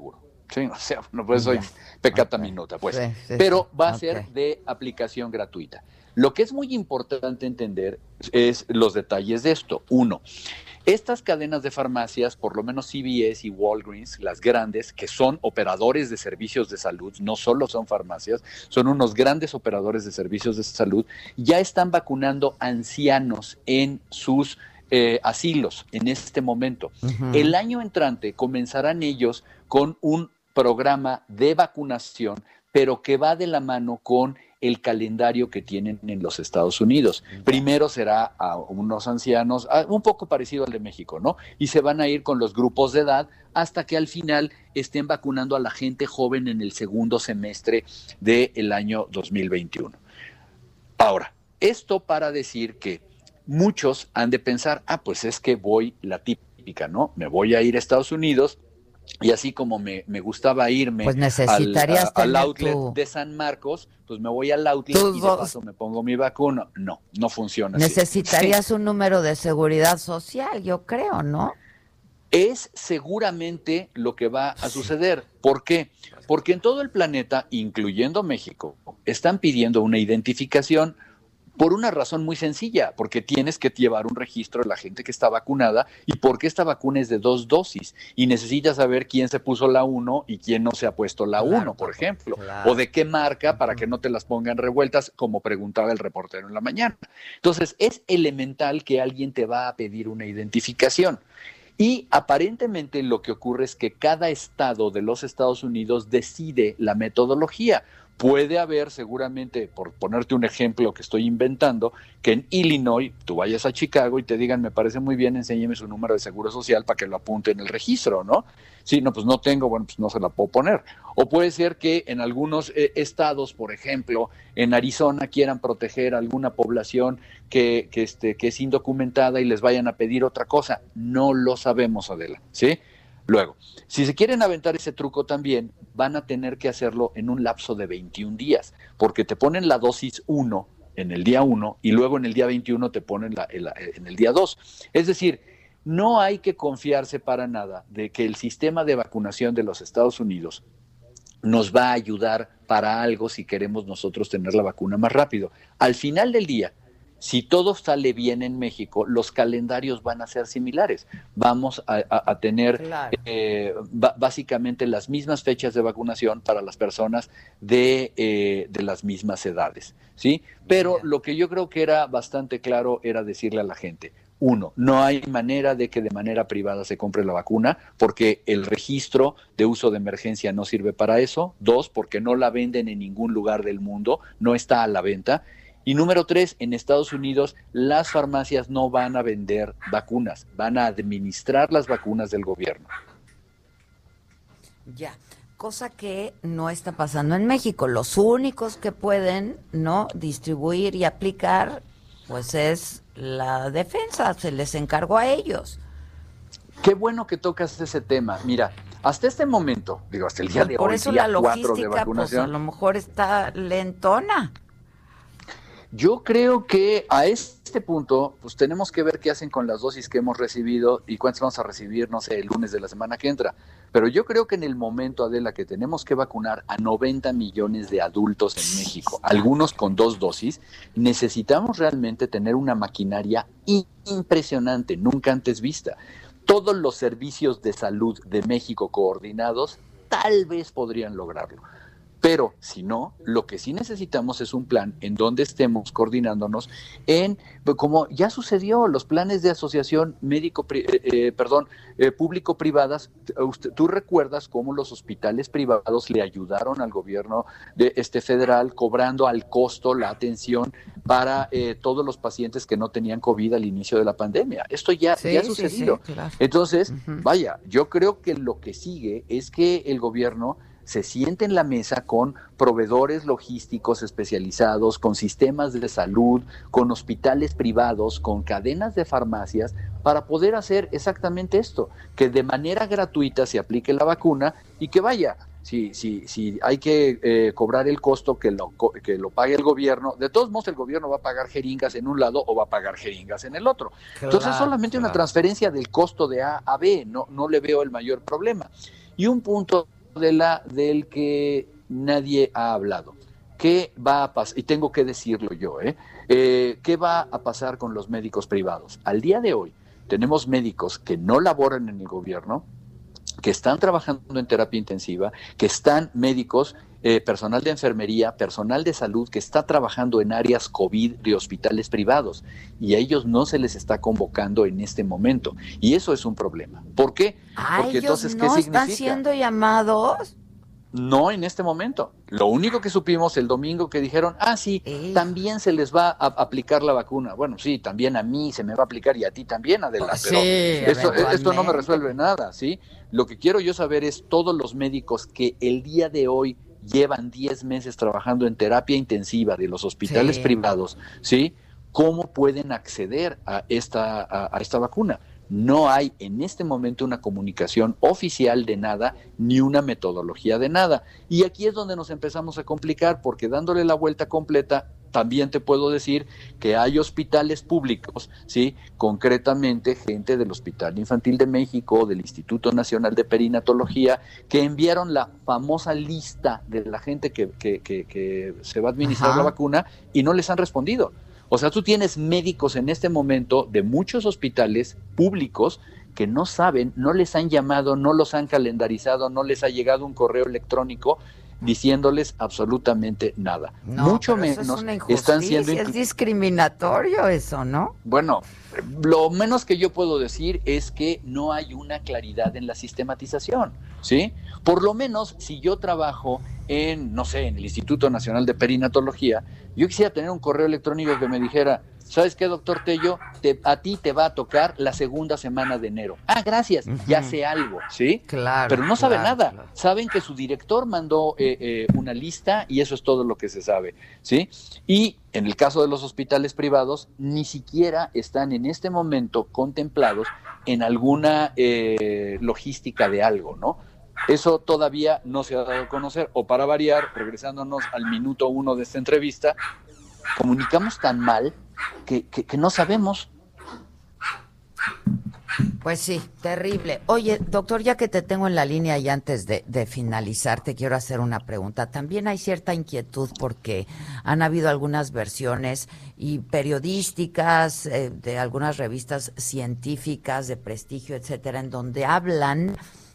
Sí, o sea, no, pues soy peccata okay. minuta, pues. Sí, sí, Pero va a okay. ser de aplicación gratuita. Lo que es muy importante entender es los detalles de esto. Uno, estas cadenas de farmacias, por lo menos C V S y Walgreens, las grandes, que son operadores de servicios de salud, no solo son farmacias, son unos grandes operadores de servicios de salud, ya están vacunando ancianos en sus eh, asilos en este momento. Uh-huh. El año entrante comenzarán ellos con un programa de vacunación, pero que va de la mano con el calendario que tienen en los Estados Unidos. Primero será a unos ancianos, a, un poco parecido al de México, ¿no? Y se van a ir con los grupos de edad hasta que al final estén vacunando a la gente joven en el segundo semestre del año dos mil veintiuno. Ahora, esto para decir que muchos han de pensar, ah, pues es que voy, la típica, ¿no? Me voy a ir a Estados Unidos, y así como me, me gustaba irme pues necesitarías al, a, al outlet tu... de San Marcos, pues me voy al outlet y de paso me pongo mi vacuna. No, no funciona necesitarías así. un número de seguridad social, yo creo, ¿no? Es seguramente lo que va a suceder. ¿Por qué? Porque en todo el planeta, incluyendo México, están pidiendo una identificación por una razón muy sencilla, porque tienes que llevar un registro de la gente que está vacunada y porque esta vacuna es de dos dosis y necesitas saber quién se puso la uno y quién no se ha puesto la uno, claro, por ejemplo, claro. o de qué marca para que no te las pongan revueltas, como preguntaba el reportero en la mañana. Entonces, es elemental que alguien te va a pedir una identificación. Y aparentemente lo que ocurre es que cada estado de los Estados Unidos decide la metodología. Puede haber seguramente, por ponerte un ejemplo que estoy inventando, que en Illinois tú vayas a Chicago y te digan, me parece muy bien, enséñeme su número de seguro social para que lo apunte en el registro, ¿no? Sí, no, pues no tengo, bueno, pues no se la puedo poner. O puede ser que en algunos eh, estados, por ejemplo, en Arizona quieran proteger a alguna población que, que, este, que es indocumentada y les vayan a pedir otra cosa. No lo sabemos, Adela, ¿sí? Luego, si se quieren aventar ese truco también, van a tener que hacerlo en un lapso de veintiún días, porque te ponen la dosis uno en el día uno y luego en el día veintiuno te ponen la, la, en el día dos. Es decir, no hay que confiarse para nada de que el sistema de vacunación de los Estados Unidos nos va a ayudar para algo si queremos nosotros tener la vacuna más rápido. Al final del día, si todo sale bien en México, los calendarios van a ser similares. Vamos a, a, a tener claro. eh, b- básicamente las mismas fechas de vacunación para las personas de, eh, de las mismas edades, ¿sí? Pero yeah. lo que yo creo que era bastante claro era decirle a la gente, uno, no hay manera de que de manera privada se compre la vacuna porque el registro de uso de emergencia no sirve para eso. Dos, porque no la venden en ningún lugar del mundo, no está a la venta. Y número tres, en Estados Unidos las farmacias no van a vender vacunas, van a administrar las vacunas del gobierno. Ya, cosa que no está pasando en México. Los únicos que pueden, ¿no?, distribuir y aplicar, pues es la defensa, se les encargó a ellos. Qué bueno que tocas ese tema. Mira, hasta este momento, digo, hasta el día de hoy, por eso día la cuatro de logística, vacunación, pues a lo mejor está lentona. Yo creo que a este punto, pues tenemos que ver qué hacen con las dosis que hemos recibido y cuántas vamos a recibir, no sé, el lunes de la semana que entra. Pero yo creo que en el momento, Adela, que tenemos que vacunar a noventa millones de adultos en México, algunos con dos dosis, necesitamos realmente tener una maquinaria impresionante, nunca antes vista. Todos los servicios de salud de México coordinados tal vez podrían lograrlo. Pero si no, lo que sí necesitamos es un plan en donde estemos coordinándonos en, como ya sucedió, los planes de asociación médico, eh, eh, perdón, eh, público-privadas. Usted, tú recuerdas cómo los hospitales privados le ayudaron al gobierno de este federal cobrando al costo la atención para eh, todos los pacientes que no tenían COVID al inicio de la pandemia. Esto ya, sí, ya ha sucedido. Sí, sí, claro. Entonces, uh-huh. vaya, yo creo que lo que sigue es que el gobierno se siente en la mesa con proveedores logísticos especializados, con sistemas de salud, con hospitales privados, con cadenas de farmacias, para poder hacer exactamente esto, que de manera gratuita se aplique la vacuna y que vaya, si, si, si hay que eh, cobrar el costo, que lo, que lo pague el gobierno. De todos modos, el gobierno va a pagar jeringas en un lado o va a pagar jeringas en el otro. Claro, Entonces, solamente claro. una transferencia del costo de A a B, no, no le veo el mayor problema. Y un punto de la del que nadie ha hablado. ¿Qué va a pasar? Y tengo que decirlo yo, ¿eh? ¿eh? ¿Qué va a pasar con los médicos privados? Al día de hoy tenemos médicos que no laboran en el gobierno, que están trabajando en terapia intensiva, que están médicos, eh, personal de enfermería, personal de salud que está trabajando en áreas COVID de hospitales privados, y a ellos no se les está convocando en este momento, y eso es un problema. ¿Por qué? ¿A Porque ellos entonces, no ¿qué están significa? siendo llamados? No en este momento. Lo único que supimos el domingo que dijeron, ah, sí, ¿Eh? también se les va a aplicar la vacuna. Bueno, sí, también a mí se me va a aplicar y a ti también, Adela, Sí, pero esto, esto no me eventualmente. resuelve nada, ¿sí? Lo que quiero yo saber es todos los médicos que el día de hoy llevan diez meses trabajando en terapia intensiva de los hospitales Sí. privados, ¿sí? ¿Cómo pueden acceder a esta, a, a esta vacuna? No hay en este momento una comunicación oficial de nada, ni una metodología de nada. Y aquí es donde nos empezamos a complicar, porque dándole la vuelta completa, también te puedo decir que hay hospitales públicos, ¿sí? Concretamente gente del Hospital Infantil de México, del Instituto Nacional de Perinatología, que enviaron la famosa lista de la gente que, que, que, que se va a administrar Ajá. la vacuna y no les han respondido. O sea, tú tienes médicos en este momento de muchos hospitales públicos que no saben, no les han llamado, no los han calendarizado, no les ha llegado un correo electrónico diciéndoles absolutamente nada. No, Mucho pero eso menos es una están siendo injusticia, inclu- es discriminatorio eso, ¿no? Bueno, lo menos que yo puedo decir es que no hay una claridad en la sistematización, ¿sí? Por lo menos, si yo trabajo en, no sé, en el Instituto Nacional de Perinatología, yo quisiera tener un correo electrónico que me dijera, ¿sabes qué, doctor Tello? Te, a ti te va a tocar la segunda semana de enero. Ah, gracias, ya sé algo, ¿sí? Claro. Pero no saben claro, nada. claro. Saben que su director mandó eh, eh, una lista y eso es todo lo que se sabe, ¿sí? Y en el caso de los hospitales privados, ni siquiera están en este momento contemplados en alguna eh, logística de algo, ¿no? Eso todavía no se ha dado a conocer. O para variar, regresándonos al minuto uno de esta entrevista, comunicamos tan mal que, que, que no sabemos. Pues sí, terrible. Oye, doctor, ya que te tengo en la línea y antes de, de finalizar, te quiero hacer una pregunta. También hay cierta inquietud porque han habido algunas versiones y periodísticas eh, de algunas revistas científicas de prestigio, etcétera, en donde hablan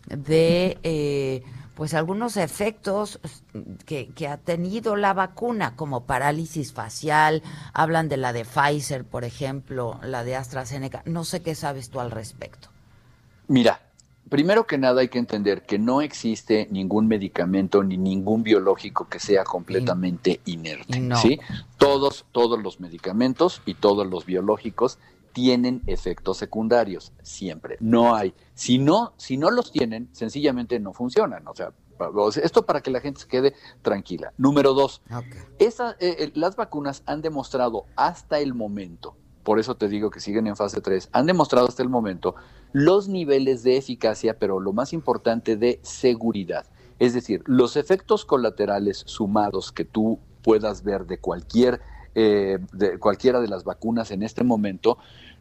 de eh, pues algunos efectos que, que ha tenido la vacuna, como parálisis facial. Hablan de la de Pfizer, por ejemplo, la de AstraZeneca. No sé qué sabes tú al respecto. Mira, primero que nada hay que entender que no existe ningún medicamento ni ningún biológico que sea completamente inerte, no. ¿sí? Todos, todos los medicamentos y todos los biológicos tienen efectos secundarios, siempre. No hay. Si no, si no los tienen, sencillamente no funcionan. O sea, esto para que la gente se quede tranquila. Número dos, Okay. esa, eh, las vacunas han demostrado hasta el momento, por eso te digo que siguen en fase tres, han demostrado hasta el momento los niveles de eficacia, pero lo más importante, de seguridad. Es decir, los efectos colaterales sumados que tú puedas ver de cualquier eh, de cualquiera de las vacunas en este momento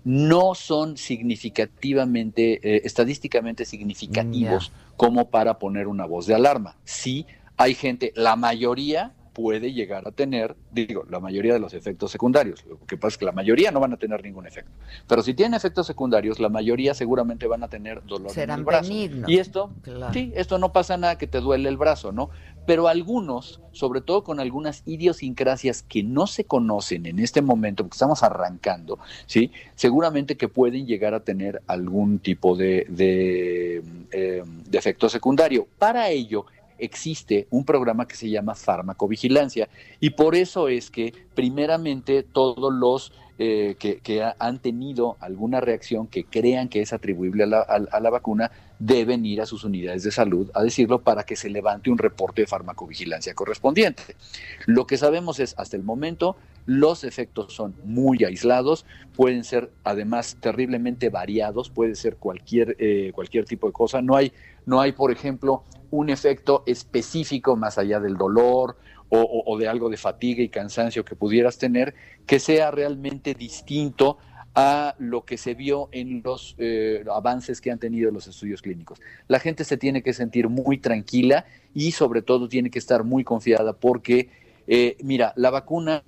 no son significativamente, eh, estadísticamente significativos Yeah. como para poner una voz de alarma. Sí, hay gente, la mayoría puede llegar a tener, digo, la mayoría de los efectos secundarios. Lo que pasa es que la mayoría no van a tener ningún efecto. Pero si tienen efectos secundarios, la mayoría seguramente van a tener dolor Serán en el brazo. benignos. Y esto, Claro. sí, esto no pasa nada que te duele el brazo, ¿no? Pero algunos, sobre todo con algunas idiosincrasias que no se conocen en este momento, porque estamos arrancando, ¿sí? Seguramente que pueden llegar a tener algún tipo de, de, eh, de efecto secundario. Para ello, existe un programa que se llama farmacovigilancia, y por eso es que primeramente todos los eh, que, que ha, han tenido alguna reacción que crean que es atribuible a la, a, a la vacuna deben ir a sus unidades de salud a decirlo para que se levante un reporte de farmacovigilancia correspondiente. Lo que sabemos es, hasta el momento, los efectos son muy aislados, pueden ser además terriblemente variados, puede ser cualquier, eh, cualquier tipo de cosa. No hay, no hay, por ejemplo, un efecto específico más allá del dolor o, o, o de algo de fatiga y cansancio que pudieras tener, que sea realmente distinto a lo que se vio en los eh, avances que han tenido los estudios clínicos. La gente se tiene que sentir muy tranquila y sobre todo tiene que estar muy confiada porque, eh, mira, la vacuna,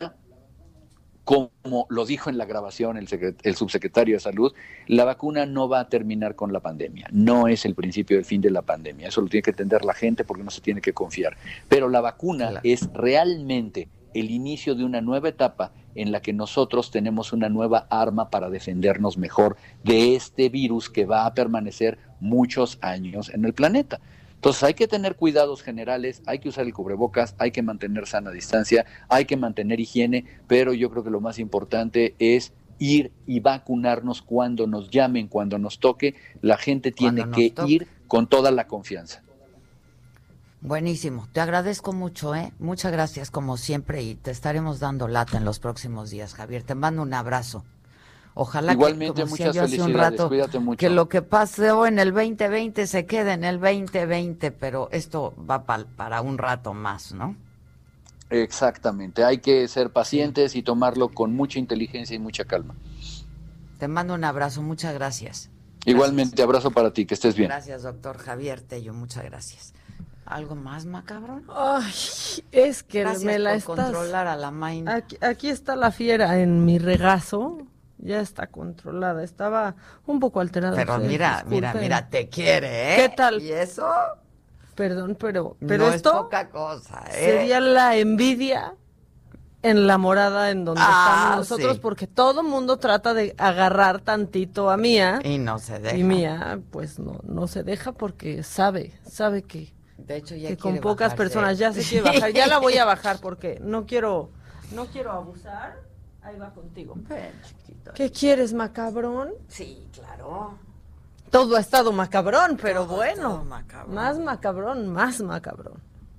como lo dijo en la grabación el, secret- el subsecretario de Salud, la vacuna no va a terminar con la pandemia, no es el principio del fin de la pandemia, eso lo tiene que entender la gente porque no se tiene que confiar, pero la vacuna claro. es realmente el inicio de una nueva etapa en la que nosotros tenemos una nueva arma para defendernos mejor de este virus que va a permanecer muchos años en el planeta. Entonces hay que tener cuidados generales, hay que usar el cubrebocas, hay que mantener sana distancia, hay que mantener higiene, pero yo creo que lo más importante es ir y vacunarnos cuando nos llamen, cuando nos toque. La gente tiene que toque. ir con toda la confianza. Buenísimo, te agradezco mucho, ¿eh? Muchas gracias como siempre y te estaremos dando lata en los próximos días, Javier. Te mando un abrazo. Ojalá Igualmente, que, como muchas decía yo hace un felicidades, rato, cuídate mucho. que lo que pasó en el veinte veinte se quede en el veinte veinte, pero esto va pa, para un rato más, ¿no? Exactamente, hay que ser pacientes y tomarlo con mucha inteligencia y mucha calma. Te mando un abrazo, muchas gracias. Igualmente, gracias. Abrazo para ti, que estés bien. Gracias, doctor Javier Tello, muchas gracias. ¿Algo más, macabrón? Ay, es que gracias me la por estás... controlar a la main. Aquí, aquí está la fiera en mi regazo. Ya está controlada, estaba un poco alterada. Pero ustedes, mira, disculpen. mira, mira, te quiere, ¿eh? ¿Qué tal? ¿Y eso? Perdón, pero, pero no esto es poca cosa, ¿eh? Sería la envidia en la morada en donde ah, estamos nosotros, sí. Porque todo mundo trata de agarrar tantito a Mía. Y no se deja. Y Mía, pues no, no se deja porque sabe, sabe que, de hecho, ya que con pocas bajarse. personas ya se quiere bajar. Ya la voy a bajar porque no quiero, no quiero abusar. Ahí va contigo. Ven, chiquito. ¿Qué quieres, macabrón? Sí, claro. Todo ha estado macabrón, pero Todo bueno. Macabrón. Más macabrón, más macabrón.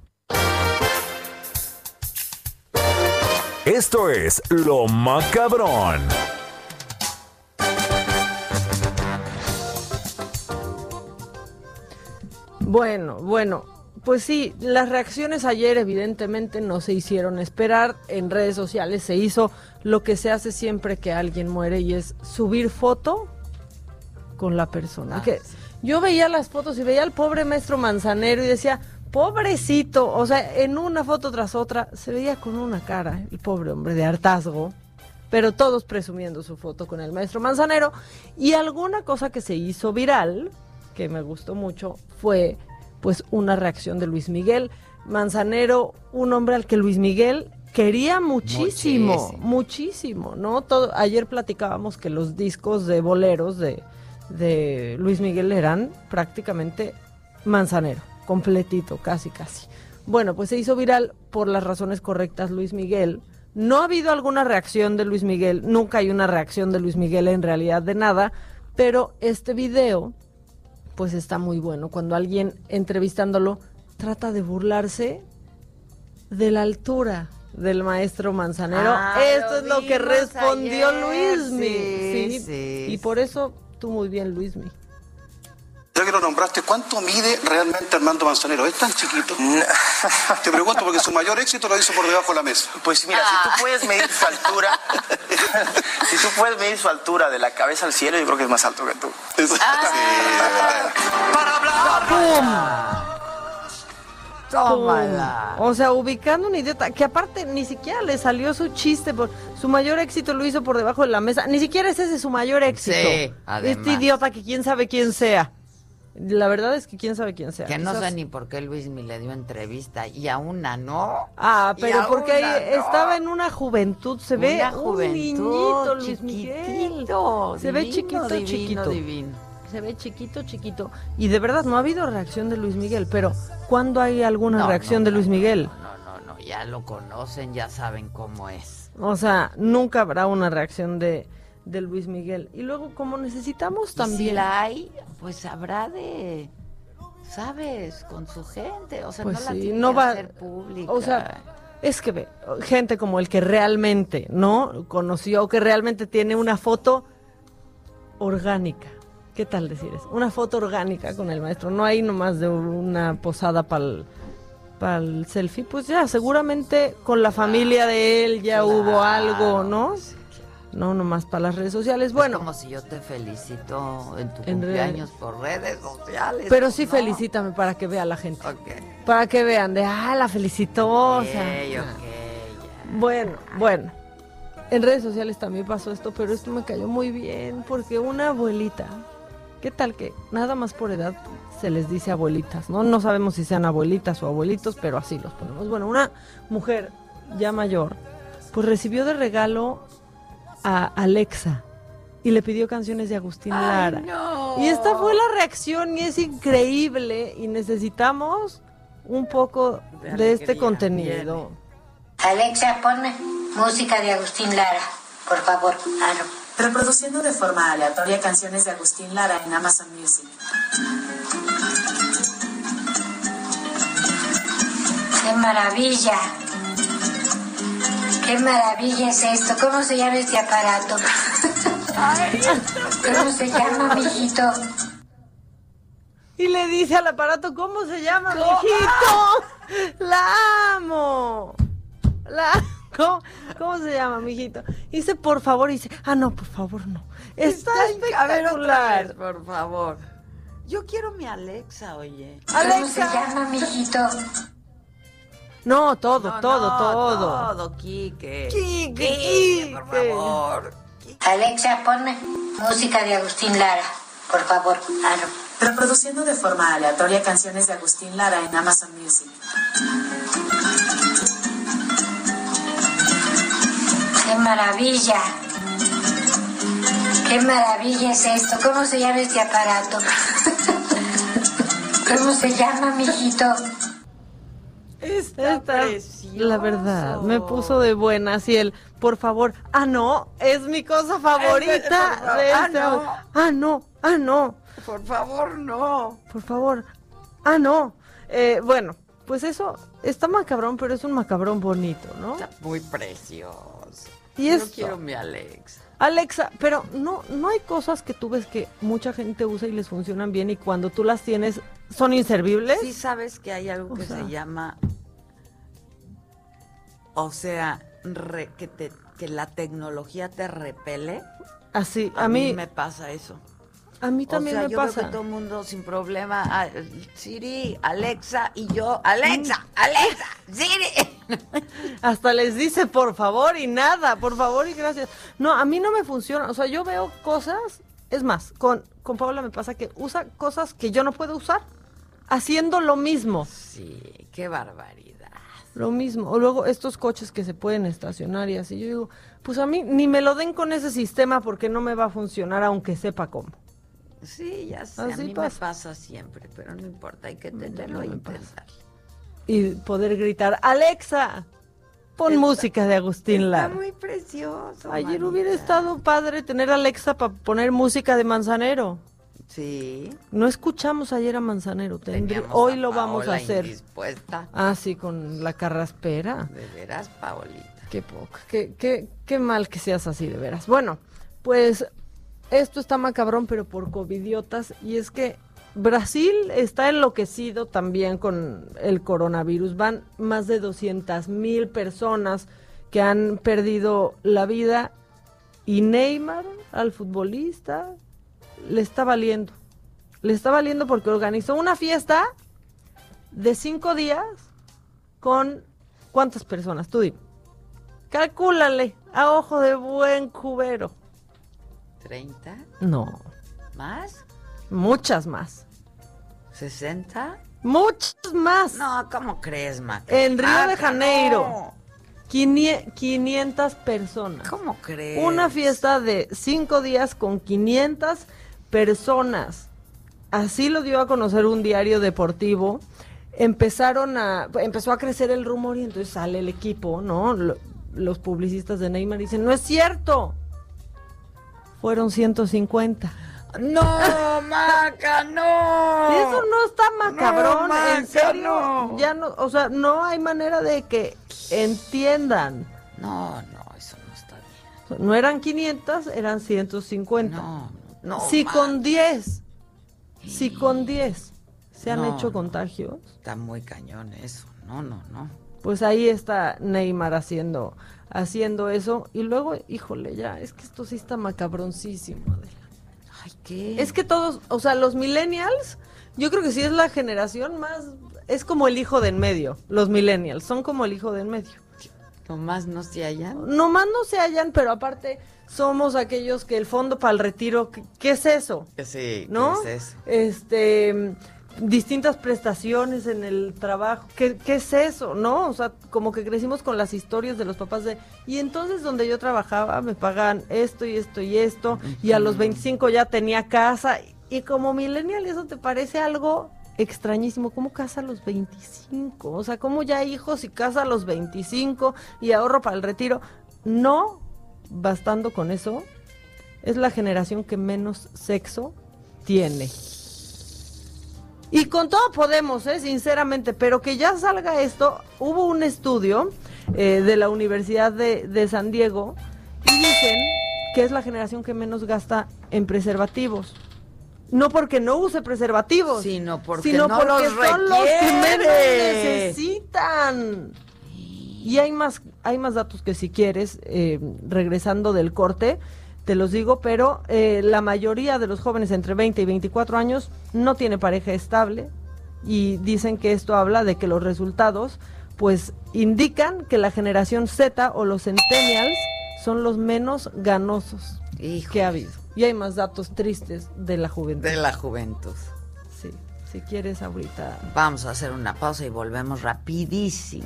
Esto es Lo Macabrón. Bueno, bueno. Pues sí, las reacciones ayer evidentemente no se hicieron esperar. En redes sociales se hizo lo que se hace siempre que alguien muere y es subir foto con la persona. Ah, que sí. Yo veía las fotos y veía al pobre maestro Manzanero y decía, pobrecito, o sea, en una foto tras otra se veía con una cara, el pobre hombre, de hartazgo, pero todos presumiendo su foto con el maestro Manzanero. Y alguna cosa que se hizo viral, que me gustó mucho, fue pues una reacción de Luis Miguel. Manzanero, un hombre al que Luis Miguel quería muchísimo, muchísimo, muchísimo, ¿no? Todo, ayer platicábamos que los discos de boleros de, de Luis Miguel eran prácticamente Manzanero, completito, casi, casi. Bueno, pues se hizo viral por las razones correctas Luis Miguel. No ha habido alguna reacción de Luis Miguel, nunca hay una reacción de Luis Miguel en realidad de nada, pero este video pues está muy bueno, cuando alguien entrevistándolo trata de burlarse de la altura del maestro Manzanero. Ah, esto es lo que respondió Luismi. Sí, sí, sí, y por eso tú muy bien, Luismi. Ya que lo nombraste, ¿cuánto mide realmente Armando Manzanero? ¿Es tan chiquito? No. Te pregunto porque su mayor éxito lo hizo por debajo de la mesa. Pues mira, ah. si tú puedes medir su altura, si tú puedes medir su altura de la cabeza al cielo, yo creo que es más alto que tú. Ah. Sí. Para hablar. ¡Pum! Tómala. O sea, ubicando un idiota que aparte ni siquiera le salió su chiste, por su mayor éxito lo hizo por debajo de la mesa. Ni siquiera es ese su mayor éxito. Sí, además. Este idiota que quién sabe quién sea. La verdad es que quién sabe quién sea. Que no Quizás... sé ni por qué Luismi le dio entrevista y a una no. Ah, pero porque ahí no. estaba en una juventud, se ve una juventud, un niñito Luis Miguel. Se divino, ve chiquito, divino, chiquito. Divino. Se ve chiquito, chiquito. Y de verdad no ha habido reacción de Luis Miguel, pero ¿cuándo hay alguna no, reacción no, de Luis no, Miguel? No, no, no, no, ya lo conocen, ya saben cómo es. O sea, nunca habrá una reacción de de Luis Miguel. Y luego, como necesitamos también... Y si la hay, pues habrá de... ¿Sabes? Con su gente. O sea, pues no la sí, tiene no que va, hacer pública. O sea, es que ve, gente como el que realmente, ¿no? Conoció, que realmente tiene una foto orgánica. ¿Qué tal decir eso? Una foto orgánica con el maestro. No hay nomás de una posada para el... para el selfie, pues ya, seguramente con la familia de él ya claro, hubo algo, ¿no? Sí, claro. no nomás para las redes sociales. Bueno, es como si yo te felicito en tu en cumpleaños redes. por redes sociales. Pero sí ¿no? felicítame para que vea la gente. Okay. Para que vean de, ah, la felicitó. Okay, o sea, okay, ya. Bueno, bueno. En redes sociales también pasó esto, pero esto me cayó muy bien porque una abuelita, ¿qué tal que nada más por edad se les dice abuelitas, ¿no? No sabemos si sean abuelitas o abuelitos, pero así los ponemos. Bueno, una mujer ya mayor, pues recibió de regalo a Alexa y le pidió canciones de Agustín Lara. Ay, no. Y esta fue la reacción y es increíble y necesitamos un poco de, de este contenido. Viene. Alexa, ponme música de Agustín Lara, por favor. Ah, no. Reproduciendo de forma aleatoria canciones de Agustín Lara en Amazon Music. ¡Qué maravilla! ¡Qué maravilla es esto! ¿Cómo se llama este aparato? ¿Cómo se llama, mijito? Y le dice al aparato, ¿cómo se llama, mijito? ¡La amo! La... ¿Cómo, ¿Cómo se llama, mijito? Y dice, por favor, y dice, ah, no, por favor, no. Está, Está a ver, otra vez, espectacular. por favor. Yo quiero mi Alexa, oye. ¿Cómo se llama, mijito? No, todo, No, todo, no, todo. Todo, Quique. Quique, Quique, por Quique. favor. Alexa, ponme música de Agustín Lara, por favor. Ah, no. Reproduciendo de forma aleatoria canciones de Agustín Lara en Amazon Music. ¡Qué maravilla! ¡Qué maravilla es esto! ¿Cómo se llama este aparato? ¿Cómo se llama, mijito? Está, Está la verdad, me puso de buenas y él, por favor, ah, no, es mi cosa favorita. Es de, favor, de ah, este, no. ah, no, ah, no. Por favor, no. Por favor, ah, no. Eh, bueno, pues eso está macabrón, pero es un macabrón bonito, ¿no? Está muy precioso. Y Yo esto, quiero mi Alexa. Alexa, pero no, no hay cosas que tú ves que mucha gente usa y les funcionan bien y cuando tú las tienes son inservibles. Sí sabes que hay algo O que sea, se llama, o sea, re, que te que la tecnología te repele. Así, a, a mí, mí me pasa eso. A mí también o sea, me yo pasa. veo que todo el mundo sin problema, ah, Siri, Alexa y yo, Alexa, Alexa, Siri. Hasta les dice por favor y nada, por favor y gracias. No, a mí no me funciona. O sea, yo veo cosas, es más, con, con Paola me pasa que usa cosas que yo no puedo usar, haciendo lo mismo. Sí, qué barbaridad. Lo mismo. O luego estos coches que se pueden estacionar y así. Yo digo, pues a mí ni me lo den con ese sistema porque no me va a funcionar aunque sepa cómo. Sí, ya sé, Así a mí pasa. me pasa siempre, pero no importa, hay que tenerlo e intentarlo. Y poder gritar, Alexa, pon Está, música de Agustín Lara. Está muy precioso. Ayer manita. hubiera estado padre tener a Alexa para poner música de Manzanero. Sí. No escuchamos ayer a Manzanero. Tendrí... Teníamos Hoy a lo vamos a Paola hacer. Indispuesta. Ah, sí, con la carraspera. De veras, Paolita. Qué poca. Qué, qué, qué mal que seas así, de veras. Bueno, pues esto está macabrón, pero por covidiotas. Y es que Brasil está enloquecido también con el coronavirus. Van más de doscientas mil personas que han perdido la vida. Y Neymar, al futbolista, le está valiendo. Le está valiendo porque organizó una fiesta de cinco días con ¿cuántas personas? Tú dime. Calcúlale, a ojo de buen cubero. ¿treinta? No. ¿Más? Muchas más. ¿sesenta? Muchas más. No, ¿cómo crees, Maca? En Río Maca, de Janeiro. No. quinientas personas. ¿Cómo crees? Una fiesta de cinco días con quinientas personas. Así lo dio a conocer un diario deportivo. Empezaron a, empezó a crecer el rumor y entonces sale el equipo, ¿no? Lo, los publicistas de Neymar dicen, no es cierto. Fueron ciento cincuenta. No, Maca, no. Eso no está macabrón, No, Maca, en serio. no. Ya no, o sea, no hay manera de que entiendan. No, no, eso no está bien. No eran quinientas, eran ciento cincuenta. No, no. Si Maca. con diez, si con diez se han No, hecho no. contagios. Está muy cañón eso. No, no, no. Pues ahí está Neymar haciendo, haciendo eso. Y luego, híjole, ya, es que esto sí está macabroncísimo, Adela. Ay, ¿qué? Es que todos, o sea, los millennials, yo creo que sí es la generación más, es como el hijo de en medio, los millennials, son como el hijo de en medio. Nomás no se hallan. Nomás no se hallan, pero aparte somos aquellos que el fondo para el retiro, ¿qué, qué es eso? Sí, ¿no? ¿qué es eso? Este, distintas prestaciones en el trabajo, ¿qué, qué es eso? ¿No? O sea, como que crecimos con las historias de los papás de, y entonces donde yo trabajaba me pagan esto y esto y esto, uh-huh. y a los veinticinco ya tenía casa, y como millennial eso te parece algo extrañísimo. ¿Cómo casa a los veinticinco? O sea, ¿cómo ya hijos y casa a los veinticinco y ahorro para el retiro? No, bastando con eso, es la generación que menos sexo tiene. Y con todo podemos, ¿eh? Sinceramente, pero que ya salga esto. Hubo un estudio eh, de la Universidad de, de San Diego y dicen que es la generación que menos gasta en preservativos. No porque no use preservativos, sino porque, sino no porque los son requiere. los que menos necesitan. Y hay más, hay más datos que si quieres, eh, regresando del corte, te los digo, pero eh, la mayoría de los jóvenes entre veinte y veinticuatro años no tiene pareja estable y dicen que esto habla de que los resultados pues indican que la generación Z o los centennials son los menos ganosos Híjole. que ha habido. Y hay más datos tristes de la juventud. De la juventud. Sí, si quieres ahorita. Vamos a hacer una pausa y volvemos rapidísimo.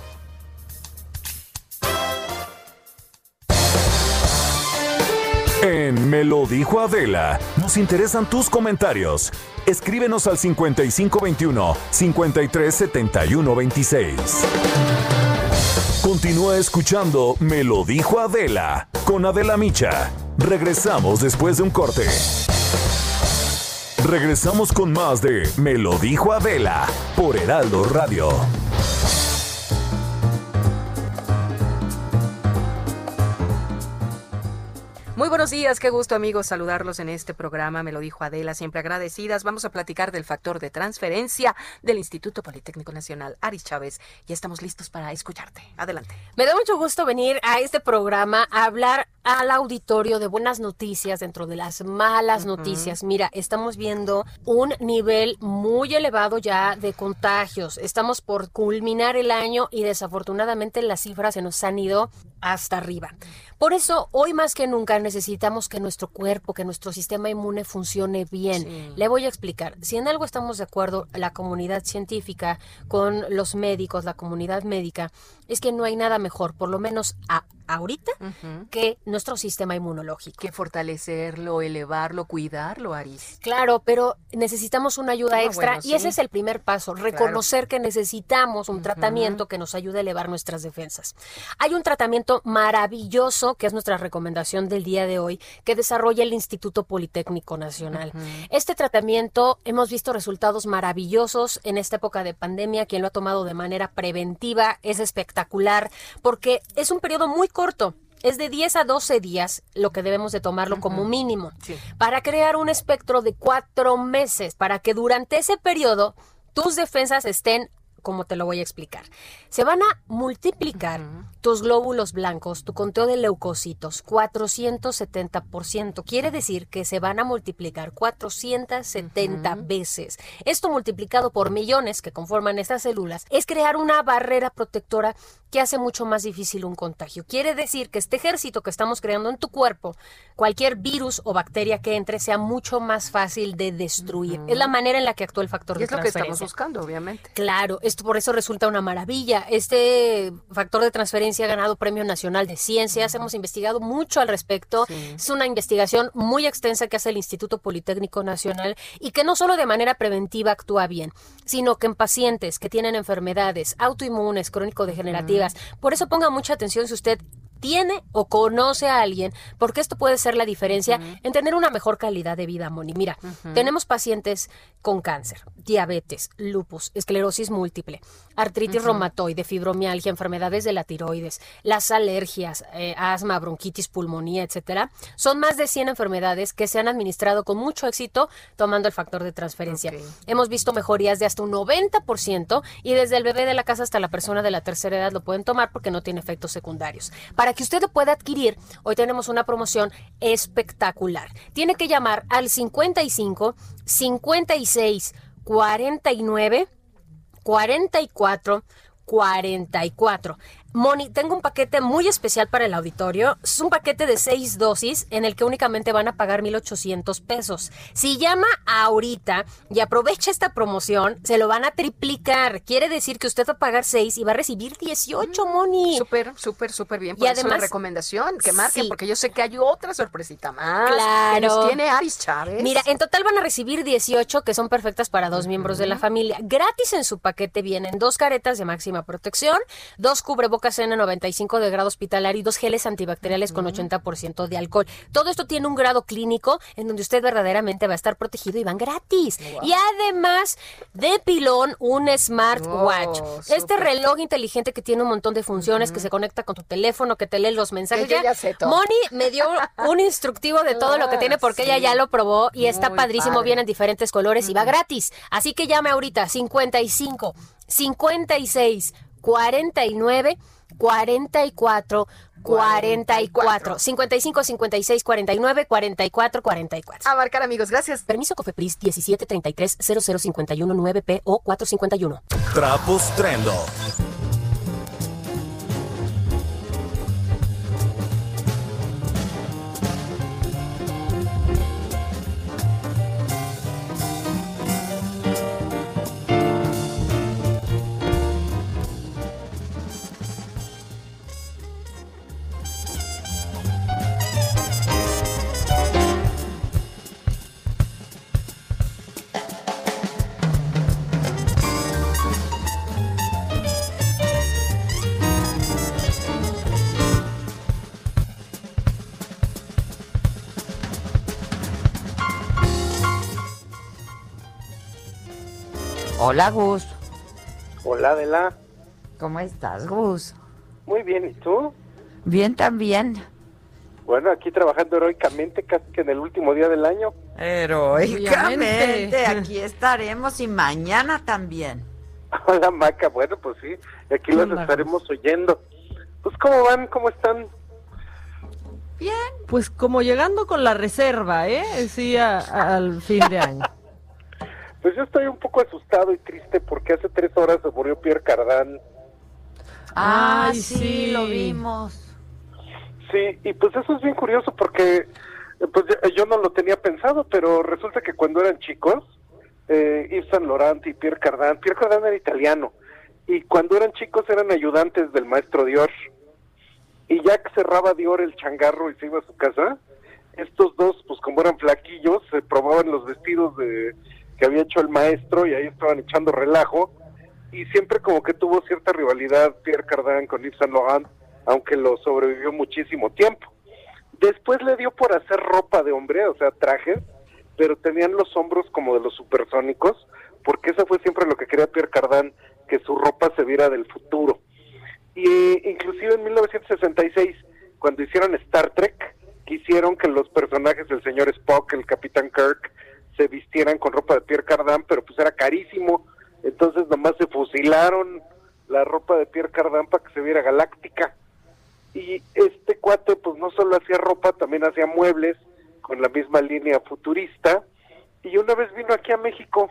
En Me lo dijo Adela, nos interesan tus comentarios. Escríbenos al cincuenta y cinco veintiuno, cincuenta y tres setenta y uno veintiséis. Continúa escuchando Me lo dijo Adela con Adela Micha. Regresamos después de un corte. Regresamos con más de Me lo dijo Adela por Heraldo Radio. Muy buenos días, qué gusto amigos saludarlos en este programa, me lo dijo Adela, siempre agradecidas. Vamos a platicar del factor de transferencia del Instituto Politécnico Nacional. Aris Chávez, ya estamos listos para escucharte. Adelante. Me da mucho gusto venir a este programa a hablar al auditorio de buenas noticias dentro de las malas uh-huh. noticias. Mira, estamos viendo un nivel muy elevado ya de contagios. Estamos por culminar el año y desafortunadamente las cifras se nos han ido hasta arriba. Por eso, hoy más que nunca necesitamos que nuestro cuerpo, que nuestro sistema inmune funcione bien. Sí. Le voy a explicar. Si en algo estamos de acuerdo, la comunidad científica, con los médicos, la comunidad médica, es que no hay nada mejor, por lo menos a, ahorita, uh-huh. que nuestro sistema inmunológico. Que fortalecerlo, elevarlo, cuidarlo, Aris. Claro, pero necesitamos una ayuda ah, extra bueno, sí. y ese es el primer paso, reconocer claro. que necesitamos un uh-huh. tratamiento que nos ayude a elevar nuestras defensas. Hay un tratamiento maravilloso, que es nuestra recomendación del día de hoy, que desarrolla el Instituto Politécnico Nacional. Uh-huh. Este tratamiento, hemos visto resultados maravillosos en esta época de pandemia. Quien lo ha tomado de manera preventiva es espectacular, porque es un periodo muy corto. Es de diez a doce días lo que debemos de tomarlo uh-huh. como mínimo, sí. para crear un espectro de cuatro meses, para que durante ese periodo tus defensas estén, como te lo voy a explicar. Se van a multiplicar uh-huh. tus glóbulos blancos, tu conteo de leucocitos, cuatrocientos setenta por ciento. Quiere decir que se van a multiplicar cuatrocientas setenta uh-huh. veces. Esto multiplicado por millones que conforman estas células es crear una barrera protectora que hace mucho más difícil un contagio. Quiere decir que este ejército que estamos creando en tu cuerpo, cualquier virus o bacteria que entre, sea mucho más fácil de destruir. Uh-huh. Es la manera en la que actúa el factor de transferencia. Es lo que estamos buscando, obviamente. Claro, esto por eso resulta una maravilla. Este factor de transferencia ha ganado Premio Nacional de Ciencias. Uh-huh. Hemos investigado mucho al respecto. Sí. Es una investigación muy extensa que hace el Instituto Politécnico Nacional y que no solo de manera preventiva actúa bien, sino que en pacientes que tienen enfermedades autoinmunes, crónico-degenerativas. Uh-huh. Por eso ponga mucha atención si usted tiene o conoce a alguien, porque esto puede ser la diferencia uh-huh. en tener una mejor calidad de vida, Moni. Mira, uh-huh. tenemos pacientes con cáncer, diabetes, lupus, esclerosis múltiple, artritis uh-huh. reumatoide, fibromialgia, enfermedades de la tiroides, las alergias, eh, asma, bronquitis, pulmonía, etcétera. Son más de cien enfermedades que se han administrado con mucho éxito tomando el factor de transferencia. Okay. Hemos visto mejorías de hasta un noventa por ciento y desde el bebé de la casa hasta la persona de la tercera edad lo pueden tomar porque no tiene efectos secundarios. Para que usted lo pueda adquirir, hoy tenemos una promoción espectacular. Tiene que llamar al cincuenta y cinco, cincuenta y seis, cuarenta y nueve, cuarenta y cuatro, cuarenta y cuatro. Moni, tengo un paquete muy especial para el auditorio. Es un paquete de seis dosis en el que únicamente van a pagar mil ochocientos pesos. Si llama ahorita y aprovecha esta promoción, se lo van a triplicar. Quiere decir que usted va a pagar seis y va a recibir dieciocho, Moni. Súper, súper, súper bien. Por y eso además, la recomendación, que marquen, sí. porque yo sé que hay otra sorpresita más. Claro. Que nos tiene Aris Chávez. Mira, en total van a recibir dieciocho que son perfectas para dos uh-huh. miembros de la familia. Gratis en su paquete vienen dos caretas de máxima protección, dos cubrebocas N noventa y cinco de grado hospitalario y dos geles antibacteriales uh-huh. con ochenta por ciento de alcohol. Todo esto tiene un grado clínico en donde usted verdaderamente va a estar protegido y van gratis. Wow. Y además de pilón, un smartwatch. Oh, este super. reloj inteligente que tiene un montón de funciones, uh-huh. que se conecta con tu teléfono, que te lee los mensajes. Que ya sé todo. Moni me dio un instructivo de todo lo que tiene porque sí. ella ya lo probó y Muy está padrísimo, padre. Viene en diferentes colores uh-huh. y va gratis. Así que llame ahorita cincuenta y cinco, cincuenta y seis, cuarenta y nueve, cuarenta y cuatro, cuarenta y cuatro, cincuenta y cinco, cincuenta y seis, cuarenta y nueve, cuarenta y cuatro, cuarenta y cuatro. A marcar, amigos, gracias. Permiso COFEPRIS diecisiete treinta y tres cero cero cincuenta y uno nueve P O cuatrocientos cincuenta y uno. Trapos Trendo. Hola, Gus. Hola, Adela. ¿Cómo estás, Gus? Muy bien, ¿y tú? Bien también. Bueno, aquí trabajando heroicamente casi que en el último día del año. Heroicamente, aquí estaremos y mañana también. Hola, Maca, bueno, pues sí, aquí los Hola, estaremos oyendo. Pues, ¿cómo van? ¿Cómo están? Bien. Pues como llegando con la reserva, ¿eh? Sí, a, a, al fin de año. Pues yo estoy un poco asustado y triste porque hace tres horas se murió Pierre Cardin. Ah, Ay, sí, sí, lo vimos. Sí, y pues eso es bien curioso porque pues yo no lo tenía pensado, pero resulta que cuando eran chicos, eh, Yves Saint Laurent y Pierre Cardin, Pierre Cardin era italiano, y cuando eran chicos eran ayudantes del maestro Dior, y ya que cerraba Dior el changarro y se iba a su casa, estos dos, pues como eran flaquillos, se probaban los vestidos de que había hecho el maestro y ahí estaban echando relajo, y siempre como que tuvo cierta rivalidad Pierre Cardin con Yves Saint Laurent, aunque lo sobrevivió muchísimo tiempo. Después le dio por hacer ropa de hombre, o sea, trajes, pero tenían los hombros como de los supersónicos, porque eso fue siempre lo que quería Pierre Cardin, que su ropa se viera del futuro. Y inclusive en mil novecientos sesenta y seis, cuando hicieron Star Trek, quisieron que los personajes del señor Spock, el Capitán Kirk, se vistieran con ropa de Pierre Cardin, pero pues era carísimo, entonces nomás se fusilaron la ropa de Pierre Cardin para que se viera galáctica. Y este cuate pues no solo hacía ropa, también hacía muebles con la misma línea futurista, y una vez vino aquí a México,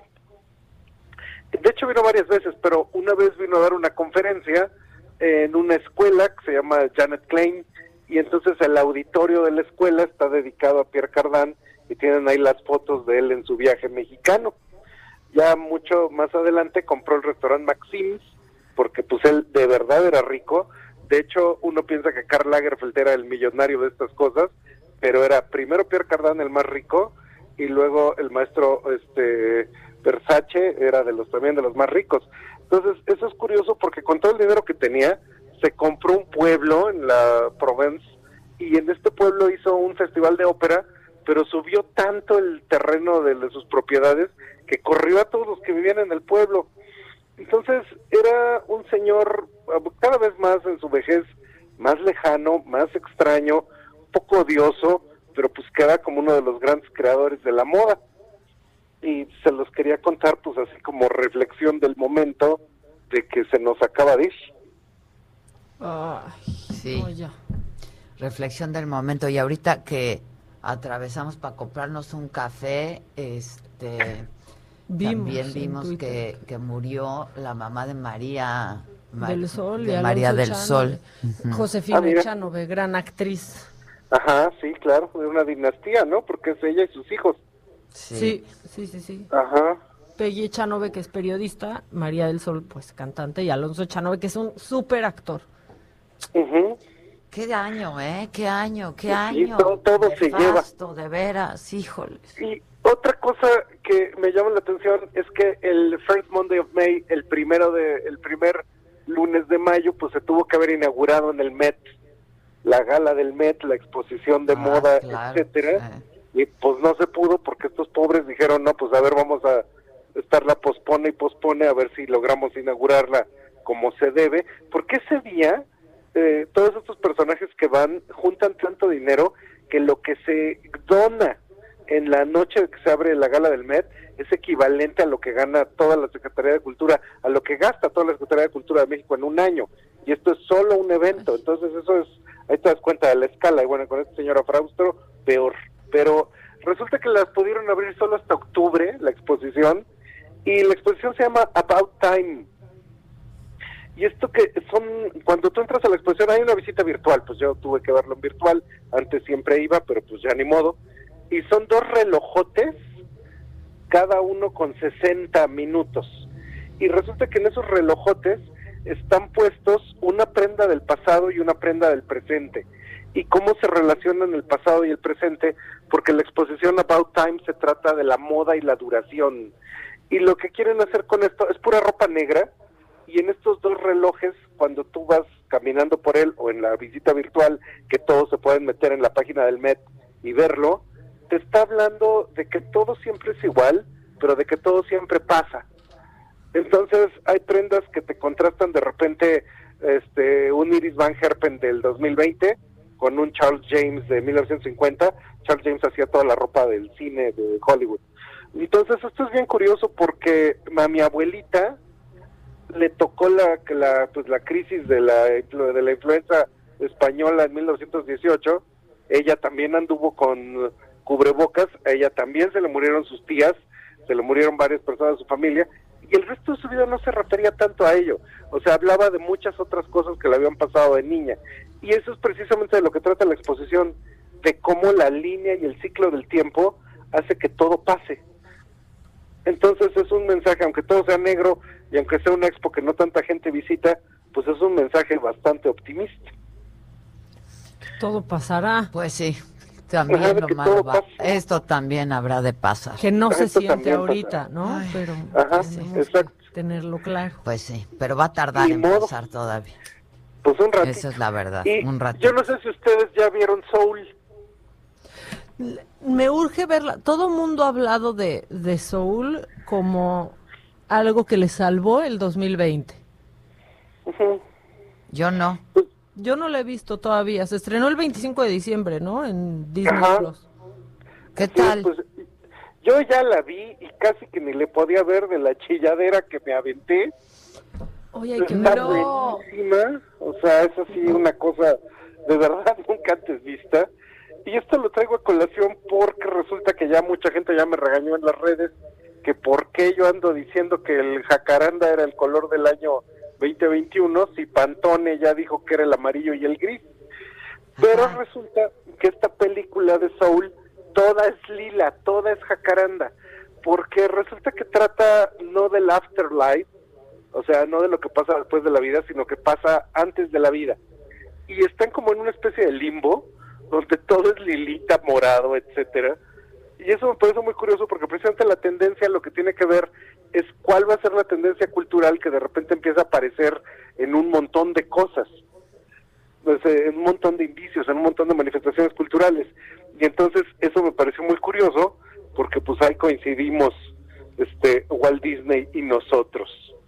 de hecho vino varias veces, pero una vez vino a dar una conferencia en una escuela que se llama Janet Klein, y entonces el auditorio de la escuela está dedicado a Pierre Cardin, y tienen ahí las fotos de él en su viaje mexicano. Ya mucho más adelante compró el restaurante Maxim's, porque pues él de verdad era rico. De hecho, uno piensa que Karl Lagerfeld era el millonario de estas cosas, pero era primero Pierre Cardin el más rico, y luego el maestro este Versace era de los también de los más ricos. Entonces, eso es curioso porque con todo el dinero que tenía, se compró un pueblo en la Provence y en este pueblo hizo un festival de ópera, pero subió tanto el terreno de, de sus propiedades que corrió a todos los que vivían en el pueblo. Entonces era un señor cada vez más en su vejez, más lejano, más extraño, un poco odioso, pero pues queda como uno de los grandes creadores de la moda. Y se los quería contar pues así como reflexión del momento de que se nos acaba de ir. Ay, sí. Reflexión del momento. Y ahorita que atravesamos para comprarnos un café, este vimos, también vimos que, que murió la mamá de María del Sol, de María del Sol, uh-huh. Josefina ah, Echanove, gran actriz. Ajá, sí, claro, de una dinastía, ¿no? Porque es ella y sus hijos. Sí, sí, sí, sí. sí. Ajá. Peggy Echanove, que es periodista, María del Sol, pues cantante, y Alonso Echanove, que es un súper actor. Uh-huh. Qué año, ¿eh? Qué año, qué año. Sí, todo, todo se lleva. De veras, híjoles. Y otra cosa que me llama la atención es que el First Monday of May, el primero de, el primer lunes de mayo, pues se tuvo que haber inaugurado en el Met, la gala del Met, la exposición de ah, moda, claro, etcétera. Sí. Y pues no se pudo porque estos pobres dijeron, no, pues a ver, vamos a estarla pospone y pospone a ver si logramos inaugurarla como se debe, porque ese día eh, todos estos personajes que van juntan tanto dinero que lo que se dona en la noche que se abre la gala del Met es equivalente a lo que gana toda la Secretaría de Cultura, a lo que gasta toda la Secretaría de Cultura de México en un año, y esto es solo un evento. Entonces eso es, ahí te das cuenta de la escala, y bueno, con esta señora Fraustro, peor, pero resulta que las pudieron abrir solo hasta octubre, la exposición, y la exposición se llama About Time. Y esto que son, cuando tú entras a la exposición hay una visita virtual, pues yo tuve que verlo en virtual, antes siempre iba, pero pues ya ni modo, y son dos relojotes, cada uno con sesenta minutos, y resulta que en esos relojotes están puestos una prenda del pasado y una prenda del presente, y cómo se relacionan el pasado y el presente, porque la exposición About Time se trata de la moda y la duración, y lo que quieren hacer con esto es pura ropa negra, y en estos dos relojes, cuando tú vas caminando por él, o en la visita virtual, que todos se pueden meter en la página del Met y verlo, te está hablando de que todo siempre es igual, pero de que todo siempre pasa. Entonces hay prendas que te contrastan de repente, este, un Iris Van Herpen del dos mil veinte con un Charles James de mil novecientos cincuenta. Charles James hacía toda la ropa del cine de Hollywood. Entonces esto es bien curioso porque a mi abuelita le tocó la, la, pues, la crisis de la, de la influenza española en mil novecientos dieciocho. Ella también anduvo con cubrebocas, a ella también se le murieron sus tías, se le murieron varias personas de su familia, y el resto de su vida no se refería tanto a ello, o sea, hablaba de muchas otras cosas que le habían pasado de niña, y eso es precisamente de lo que trata la exposición, de cómo la línea y el ciclo del tiempo hace que todo pase. Entonces es un mensaje, aunque todo sea negro, y aunque sea una expo que no tanta gente visita, pues es un mensaje bastante optimista. Todo pasará. Pues sí. También ajá, lo malo va. Esto también habrá de pasar. Que no se siente ahorita, pasa. ¿no? Ay, pero ajá, exacto. Tenerlo claro. Pues sí, pero va a tardar y en modo. pasar todavía. Pues un ratito. Esa es la verdad, y un ratito. Yo no sé si ustedes ya vieron Soul. Me urge verla. Todo el mundo ha hablado de, de Soul como algo que le salvó el dos mil veinte. Uh-huh. Yo no. Yo no la he visto todavía. Se estrenó el veinticinco de diciembre, ¿no? En Disney Ajá. Plus. ¿Qué tal? Sí, pues, yo ya la vi y casi que ni le podía ver de la chilladera que me aventé. Oye, hay que Está verlo. buenísima. O sea, es así una cosa de verdad nunca antes vista. Y esto lo traigo a colación porque resulta que ya mucha gente ya me regañó en las redes que por qué yo ando diciendo que el jacaranda era el color del año veinte veintiuno, si Pantone ya dijo que era el amarillo y el gris. Pero ajá, resulta que esta película de Soul toda es lila, toda es jacaranda, porque resulta que trata no del afterlife, o sea, no de lo que pasa después de la vida, sino que pasa antes de la vida. Y están como en una especie de limbo, donde todo es lilita, morado, etcétera. Y eso me parece muy curioso porque precisamente la tendencia lo que tiene que ver es cuál va a ser la tendencia cultural que de repente empieza a aparecer en un montón de cosas. pues, eh, en un montón de indicios, en un montón de manifestaciones culturales. Y entonces eso me pareció muy curioso, porque pues ahí coincidimos este Walt Disney y nosotros,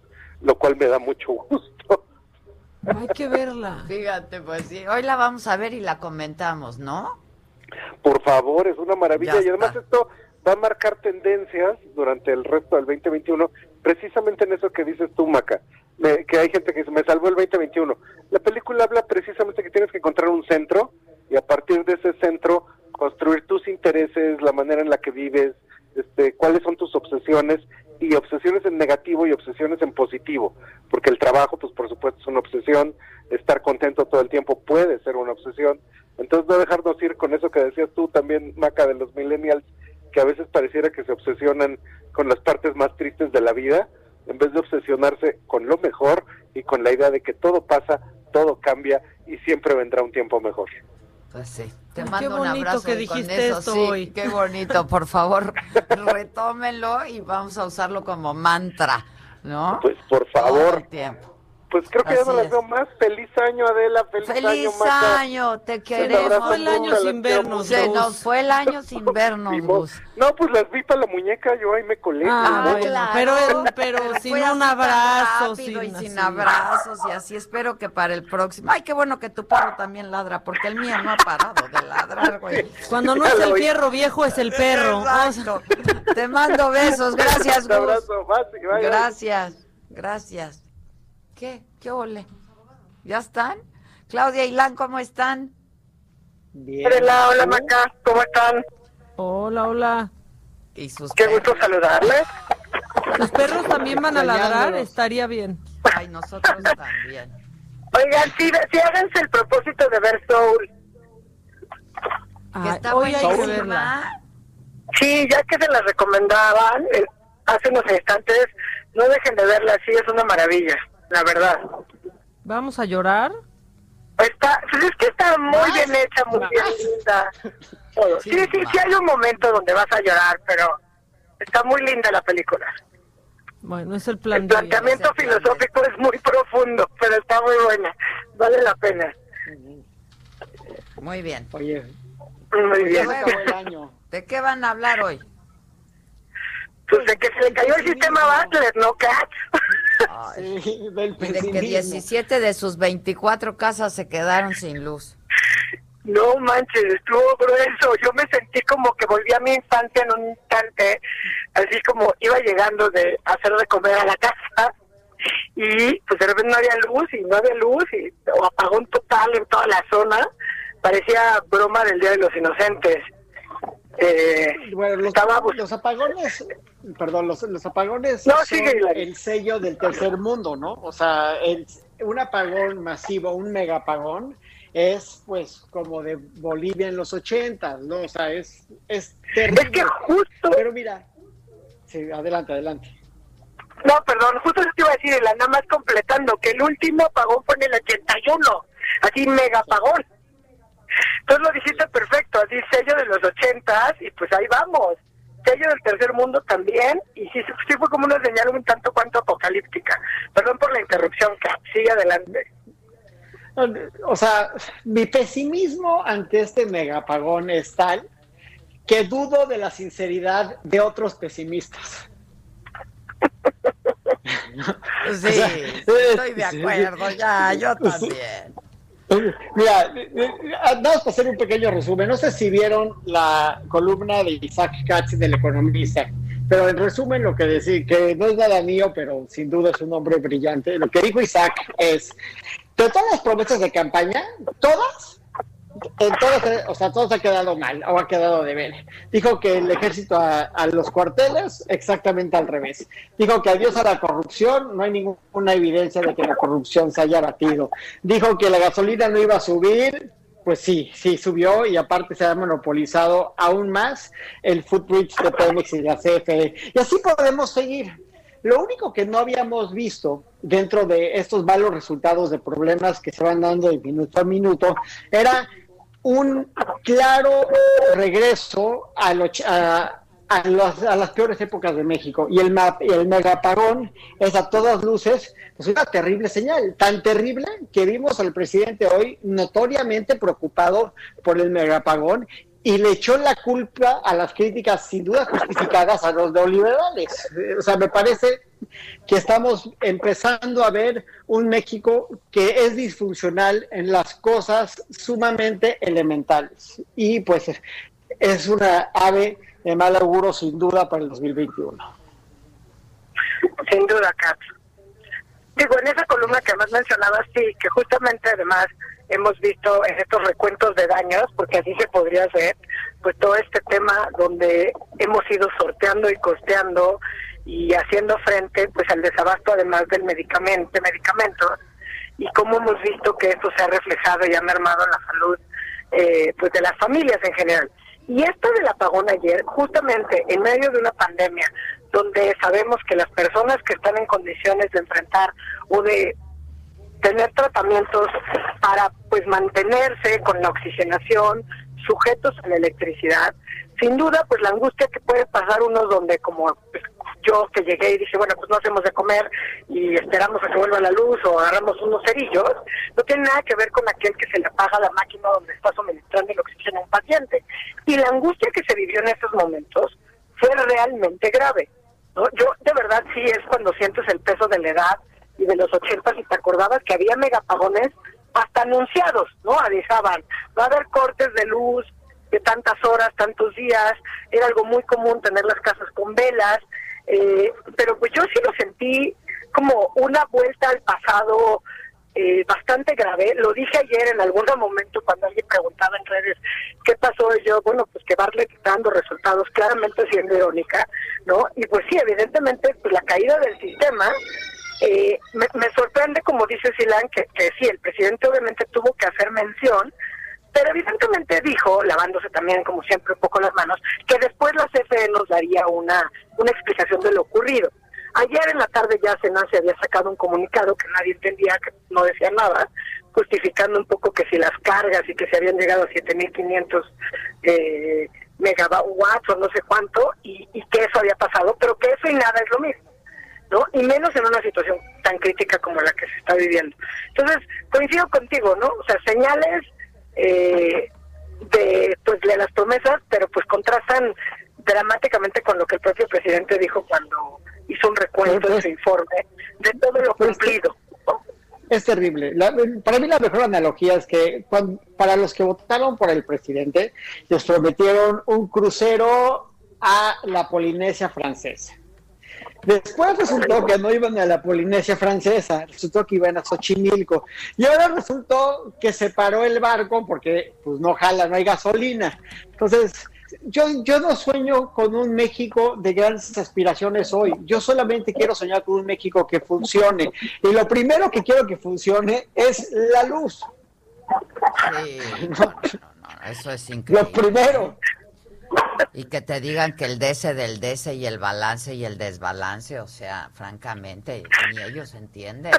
lo cual me da mucho gusto. Hay que verla. Fíjate, pues sí, hoy la vamos a ver y la comentamos, ¿no? Por favor, es una maravilla. Ya y además está. esto va a marcar tendencias durante el resto del veinte veintiuno, precisamente en eso que dices tú, Maca, me, que hay gente que dice, me salvó el veinte veintiuno. La película habla precisamente que tienes que encontrar un centro y a partir de ese centro construir tus intereses, la manera en la que vives, este, cuáles son tus obsesiones, y obsesiones en negativo y obsesiones en positivo, porque el trabajo, pues por supuesto es una obsesión, estar contento todo el tiempo puede ser una obsesión. Entonces no dejarnos ir con eso que decías tú también, Maca, de los millennials, que a veces pareciera que se obsesionan con las partes más tristes de la vida, en vez de obsesionarse con lo mejor y con la idea de que todo pasa, todo cambia y siempre vendrá un tiempo mejor. Pues sí. Te Ay, mando qué un bonito abrazo que y dijiste con eso, esto sí, hoy. Qué bonito, por favor, retómenlo y vamos a usarlo como mantra, ¿no? Pues por Todo favor. el tiempo. Pues creo que Así ya no las es. veo más. Feliz año, Adela. Feliz, Feliz año, Maca. año, te Un queremos. abrazo fue el año mucho, sin las quiero vernos, mucho. Se Luz. nos fue el año sin vernos, Luz. No, pues las vi para la muñeca, yo ahí me colé. Ah, ¿no? bueno, claro. pero, pero Pero sin fue un así tan abrazo, rápido sin, y sin así. abrazos y así. Espero que para el próximo. Ay, qué bueno que tu perro también ladra, porque el mío no ha parado de ladrar, güey. Cuando no es el fierro viejo, es el perro. Exacto. Te mando besos. Gracias, Un Gus. abrazo, bye, bye, bye. Gracias, gracias. ¿Qué? ¿Qué ole? ¿Ya están? Claudia y Lan, ¿cómo están? Bien. Hola, hola Maca, ¿cómo están? Hola, hola. Y sus Qué gusto saludarles. ¿Los perros también van a ladrar? Extrañándolos. Estaría bien. Ay, nosotros también. Oigan, sí, sí, háganse el propósito de ver Soul. Que Ay, está hoy hay que buenísima. verla. Sí, ya que se la recomendaban eh, hace unos instantes, no dejen de verla, sí, es una maravilla, la verdad. ¿Vamos a llorar? Está, pues es que está muy ¿Más? bien hecha, muy bien linda. Todo. Sí, Sí, sí, sí, más. hay un momento donde vas a llorar, pero está muy linda la película. Bueno, es el plan El de planteamiento es el plan filosófico es muy profundo, pero está muy buena, vale la pena. Muy bien. Oye, Muy bien. ya se acabó el año. ¿De qué van a hablar hoy? Pues de que se le cayó el sistema Bartlett, ¿no, Kat? Sí, del Y de que pesimismo. diecisiete de sus veinticuatro casas se quedaron sin luz. No manches, estuvo grueso. Yo me sentí como que volví a mi infancia en un instante, así como iba llegando de hacer de comer a la casa y pues de repente no había luz y no había luz y o apagón total en toda la zona. Parecía broma del Día de los Inocentes. Eh, Bueno, los, estaba bus- los apagones, perdón, los, los apagones No, son sigue, Hilary. el sello del tercer mundo, ¿no? O sea, el, un apagón masivo, un mega apagón, es pues como de Bolivia en los ochentas, ¿no? O sea, es, es terrible. Es que justo... Pero mira, sí, adelante, adelante. No, perdón, justo eso te iba a decir, la nada más completando, que el último apagón fue en el ochenta y uno, así mega apagón. Entonces lo dijiste perfecto, así sello de los ochentas y pues ahí vamos. Sello del tercer mundo también, y sí, sí fue como una señal un tanto cuanto apocalíptica. Perdón por la interrupción, Cap, sigue adelante. O sea, mi pesimismo ante este mega apagón es tal que dudo de la sinceridad de otros pesimistas. Sí, O sea, estoy de acuerdo, ya, yo también. Mira, vamos a hacer un pequeño resumen. No sé si vieron la columna de Isaac Katz del Economista, pero en resumen lo que decía, que no es nada mío, pero sin duda es un hombre brillante. Lo que dijo Isaac es, de todas las promesas de campaña, todas, en todas, o sea, todas ha quedado mal o ha quedado de ver. Dijo que el ejército a, a los cuarteles, exactamente al revés. Dijo que adiós a la corrupción, no hay ninguna evidencia de que la corrupción se haya batido. Dijo que la gasolina no iba a subir, pues sí, sí subió y aparte se ha monopolizado aún más el footbridge de Pemex y la C F E. Y así podemos seguir. Lo único que no habíamos visto dentro de estos malos resultados de problemas que se van dando de minuto a minuto era un claro regreso al, a, a, los, a las peores épocas de México, y el, ma, y el megapagón es a todas luces pues una terrible señal, tan terrible que vimos al presidente hoy notoriamente preocupado por el megapagón y le echó la culpa a las críticas sin duda justificadas a los neoliberales. O sea, me parece que estamos empezando a ver un México que es disfuncional en las cosas sumamente elementales, y pues es una ave de mal auguro sin duda para el dos mil veintiuno. Sin duda, Kat. Digo, en esa columna que además mencionabas, sí, que justamente además hemos visto en estos recuentos de daños, porque así se podría hacer, pues todo este tema donde hemos ido sorteando y costeando y haciendo frente pues al desabasto además del medicamento, de medicamentos, y cómo hemos visto que esto se ha reflejado y ha mermado la salud eh, pues de las familias en general. Y esto del apagón ayer, justamente en medio de una pandemia, donde sabemos que las personas que están en condiciones de enfrentar o de tener tratamientos para pues mantenerse con la oxigenación, sujetos a la electricidad, sin duda pues la angustia que puede pasar unos donde como pues, yo que llegué y dije, bueno, pues no hacemos de comer y esperamos a que vuelva la luz o agarramos unos cerillos, no tiene nada que ver con aquel que se le apaga la máquina donde está suministrando el oxígeno a un paciente. Y la angustia que se vivió en esos momentos fue realmente grave, ¿no? Yo de verdad sí es cuando sientes el peso de la edad y de los ochentas, y te acordabas que había megapagones hasta anunciados, ¿no? Avisaban, va a haber cortes de luz de tantas horas, tantos días, era algo muy común tener las casas con velas, eh, pero pues yo sí lo sentí como una vuelta al pasado eh, bastante grave. Lo dije ayer en algún momento cuando alguien preguntaba en redes qué pasó, y yo, bueno, pues que Bartlett está dando resultados, claramente siendo irónica, ¿no? Y pues sí, evidentemente, pues la caída del sistema. Eh, me, me sorprende, como dice Silán, que, que sí, el presidente obviamente tuvo que hacer mención, pero evidentemente dijo, lavándose también como siempre un poco las manos, que después la C F E nos daría una, una explicación de lo ocurrido. Ayer en la tarde ya Senace había sacado un comunicado que nadie entendía, que no decía nada, justificando un poco que si las cargas y que se habían llegado a siete mil quinientos eh, megawatts o no sé cuánto, y, y que eso había pasado, pero que eso y nada es lo mismo, ¿no? Y menos en una situación tan crítica como la que se está viviendo. Entonces, coincido contigo, ¿no? O sea, señales eh, de pues de las promesas, pero pues contrastan dramáticamente con lo que el propio presidente dijo cuando hizo un recuento de su informe de todo lo cumplido. Es terrible. La, para mí la mejor analogía es que cuando, para los que votaron por el presidente, les prometieron un crucero a la Polinesia francesa. Después resultó que no iban a la Polinesia francesa, resultó que iban a Xochimilco. Y ahora resultó que se paró el barco porque pues no jala, no hay gasolina. Entonces, yo, yo no sueño con un México de grandes aspiraciones hoy. Yo solamente quiero soñar con un México que funcione. Y lo primero que quiero que funcione es la luz. Sí, no, no, no, eso es increíble. Lo primero. Y que te digan que el D S del D S y el balance y el desbalance, o sea, francamente, ni ellos entienden.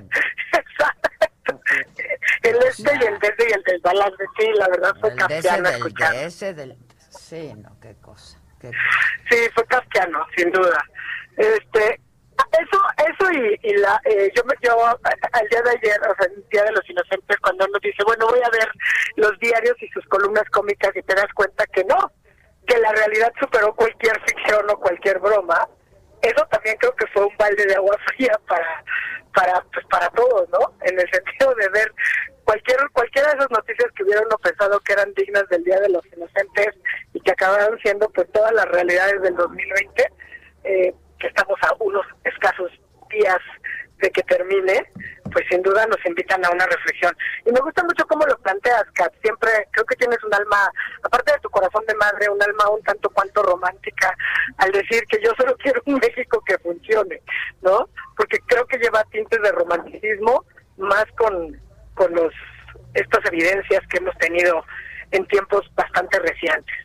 El este y el D S y el desbalance, sí, la verdad fue kafkiano escuchar. El D S del D S del... Sí, no, qué cosa, qué cosa. Sí, fue kafkiano, sin duda. Este, eso, eso y, y la, eh, yo, yo al día de ayer, o sea, el Día de los Inocentes, cuando uno dice, bueno, voy a ver los diarios y sus columnas cómicas, y te das cuenta que no, que la realidad superó cualquier ficción o cualquier broma. Eso también creo que fue un balde de agua fría para para pues para todos, ¿no? En el sentido de ver cualquier cualquiera de esas noticias que hubiera uno pensado que eran dignas del Día de los Inocentes y que acabaron siendo pues todas las realidades del dos mil veinte, eh, que estamos a unos escasos días de que termine, pues sin duda nos invitan a una reflexión. Y me gusta mucho cómo lo planteas, Kat. Siempre creo que tienes un alma, aparte de tu corazón de madre, un alma un tanto cuanto romántica al decir que yo solo quiero un México que funcione, ¿no? Porque creo que lleva tintes de romanticismo más con, con los estas evidencias que hemos tenido en tiempos bastante recientes.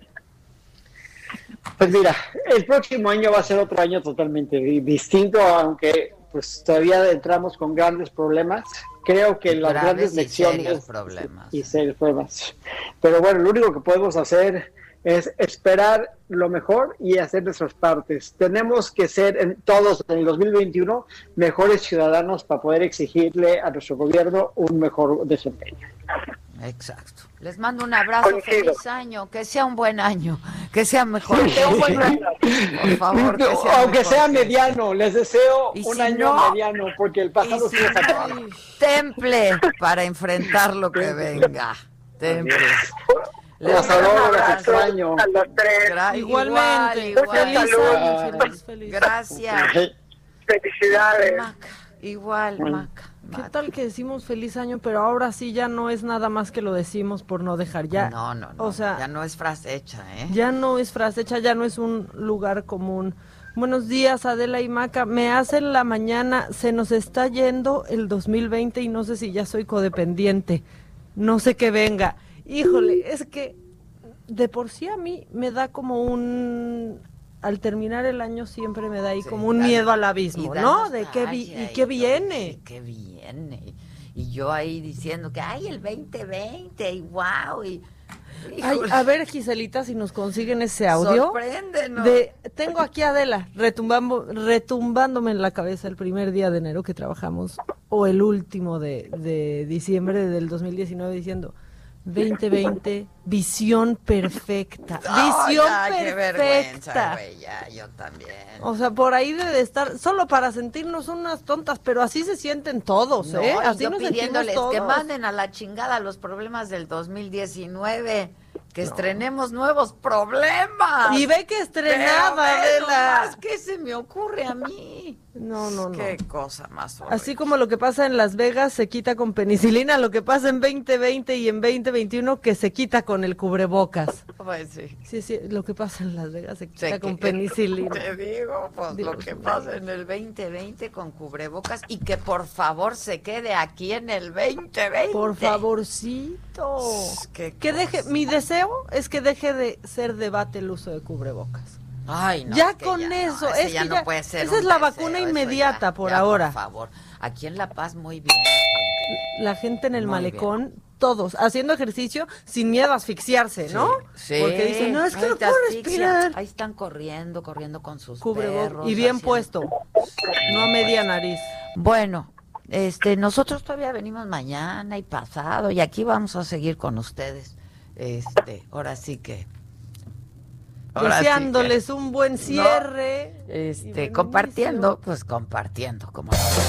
Pues mira, el próximo año va a ser otro año totalmente distinto, aunque pues todavía entramos con grandes problemas. Creo que las grandes lecciones serios problemas. y serios problemas. Pero bueno, lo único que podemos hacer es esperar lo mejor y hacer nuestras partes. Tenemos que ser en, todos en el dos mil veintiuno mejores ciudadanos para poder exigirle a nuestro gobierno un mejor desempeño. Exacto. Les mando un abrazo, Coincido. feliz año, que sea un buen año, que sea mejor. Que sea un buen año. Por favor, que sea aunque mejor sea que mediano, les deseo Y un si año no, mediano, porque el pasado si sí es no, fatal. temple para enfrentar lo que venga. Temple. Les Los mando un adoro, los abrazo. extraño. A los tres. Gra- Igualmente. igual, igual. Feliz año, feliz, feliz. Gracias. Felicidades. Maca, igual, Maca. ¿Qué tal que decimos feliz año, pero ahora sí ya no es nada más que lo decimos por no dejar ya? No, no, no. O sea, ya no es frase hecha, ¿eh? ya no es frase hecha, ya no es un lugar común. Buenos días, Adela y Maca. Me hacen la mañana, se nos está yendo el dos mil veinte y no sé si ya soy codependiente. No sé qué venga. Híjole, es que de por sí a mí me da como un... Al terminar el año siempre me da ahí Sí, como un da- miedo al y abismo, da ¿no? De qué vi nostalgia y qué todo, viene. sí, qué viene. Y yo ahí diciendo que, ay, el veinte veinte, y wow, y... Ay, híjole. a ver, Giselita, si nos consiguen ese audio. Sorpréndenos. De, tengo aquí a Adela retumbando, retumbándome en la cabeza el primer día de enero que trabajamos, o el último de, de diciembre del dos mil diecinueve, diciendo veinte veinte, visión perfecta. Visión Ay, ya, qué vergüenza, perfecta. güey, ya, yo también. O sea, por ahí debe de estar, solo para sentirnos unas tontas, pero así se sienten todos, No, ¿eh? y Así yo nos sentimos pidiéndoles todos. que manden a la chingada los problemas del dos mil diecinueve, que estrenemos nuevos problemas. Y ve que estrenada, Pero ve Adela. nomás, ¿qué se me ocurre a mí? No, no, no. Qué cosa más horrible. Así como lo que pasa en Las Vegas se quita con penicilina, lo que pasa en veinte veinte y en veinte veintiuno que se quita con el cubrebocas. Pues sí. Sí, sí, lo que pasa en Las Vegas se quita Sé con que- penicilina. Te digo, pues Dios lo que mío. pasa en el veinte veinte con cubrebocas y que por favor se quede aquí en el veinte veinte. Por favorcito. Qué Que deje, mi deseo es que deje de ser debate el uso de cubrebocas. Ay, no, ya es que con ya no, eso, ese es ya que no ya- puede ser esa un es la deseo, vacuna eso inmediata ya, por ya, ahora. Por favor, aquí en La Paz muy bien. La gente en el Muy malecón, todos haciendo ejercicio sin miedo a asfixiarse, ¿no? Sí. Porque dicen, no, es que Ay, no te puedo asfixian. respirar. Ahí están corriendo, corriendo con sus Cubrebocas perros. y bien haciendo- puesto, no a media nariz. Bueno, este, nosotros todavía venimos mañana y pasado y aquí vamos a seguir con ustedes. Este, ahora sí que ahora sí que- Deseándoles un buen cierre. ¿no? Este, compartiendo, pues compartiendo, como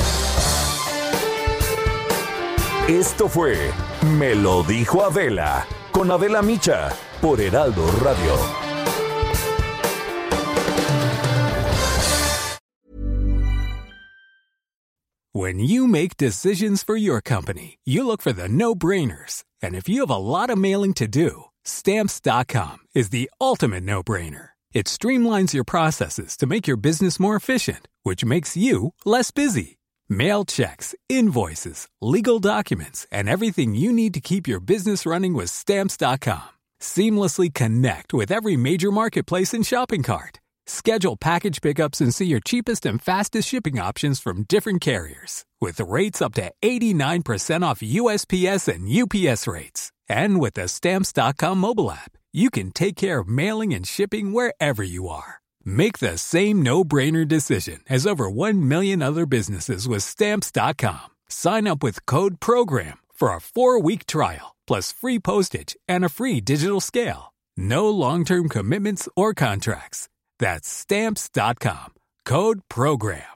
Esto fue Me lo dijo Adela, con Adela Micha, por Heraldo Radio. When you make decisions for your company, you look for the no-brainers. And if you have a lot of mailing to do, Stamps dot com is the ultimate no-brainer. It streamlines your processes to make your business more efficient, which makes you less busy. Mail checks, invoices, legal documents, and everything you need to keep your business running with Stamps dot com. Seamlessly connect with every major marketplace and shopping cart. Schedule package pickups and see your cheapest and fastest shipping options from different carriers, with rates up to eighty-nine percent off U S P S and U P S rates. And with the Stamps dot com mobile app, you can take care of mailing and shipping wherever you are. Make the same no-brainer decision as over one million other businesses with Stamps dot com. Sign up with code PROGRAM for a four-week trial, plus free postage and a free digital scale. No long-term commitments or contracts. That's Stamps dot com. Code PROGRAM.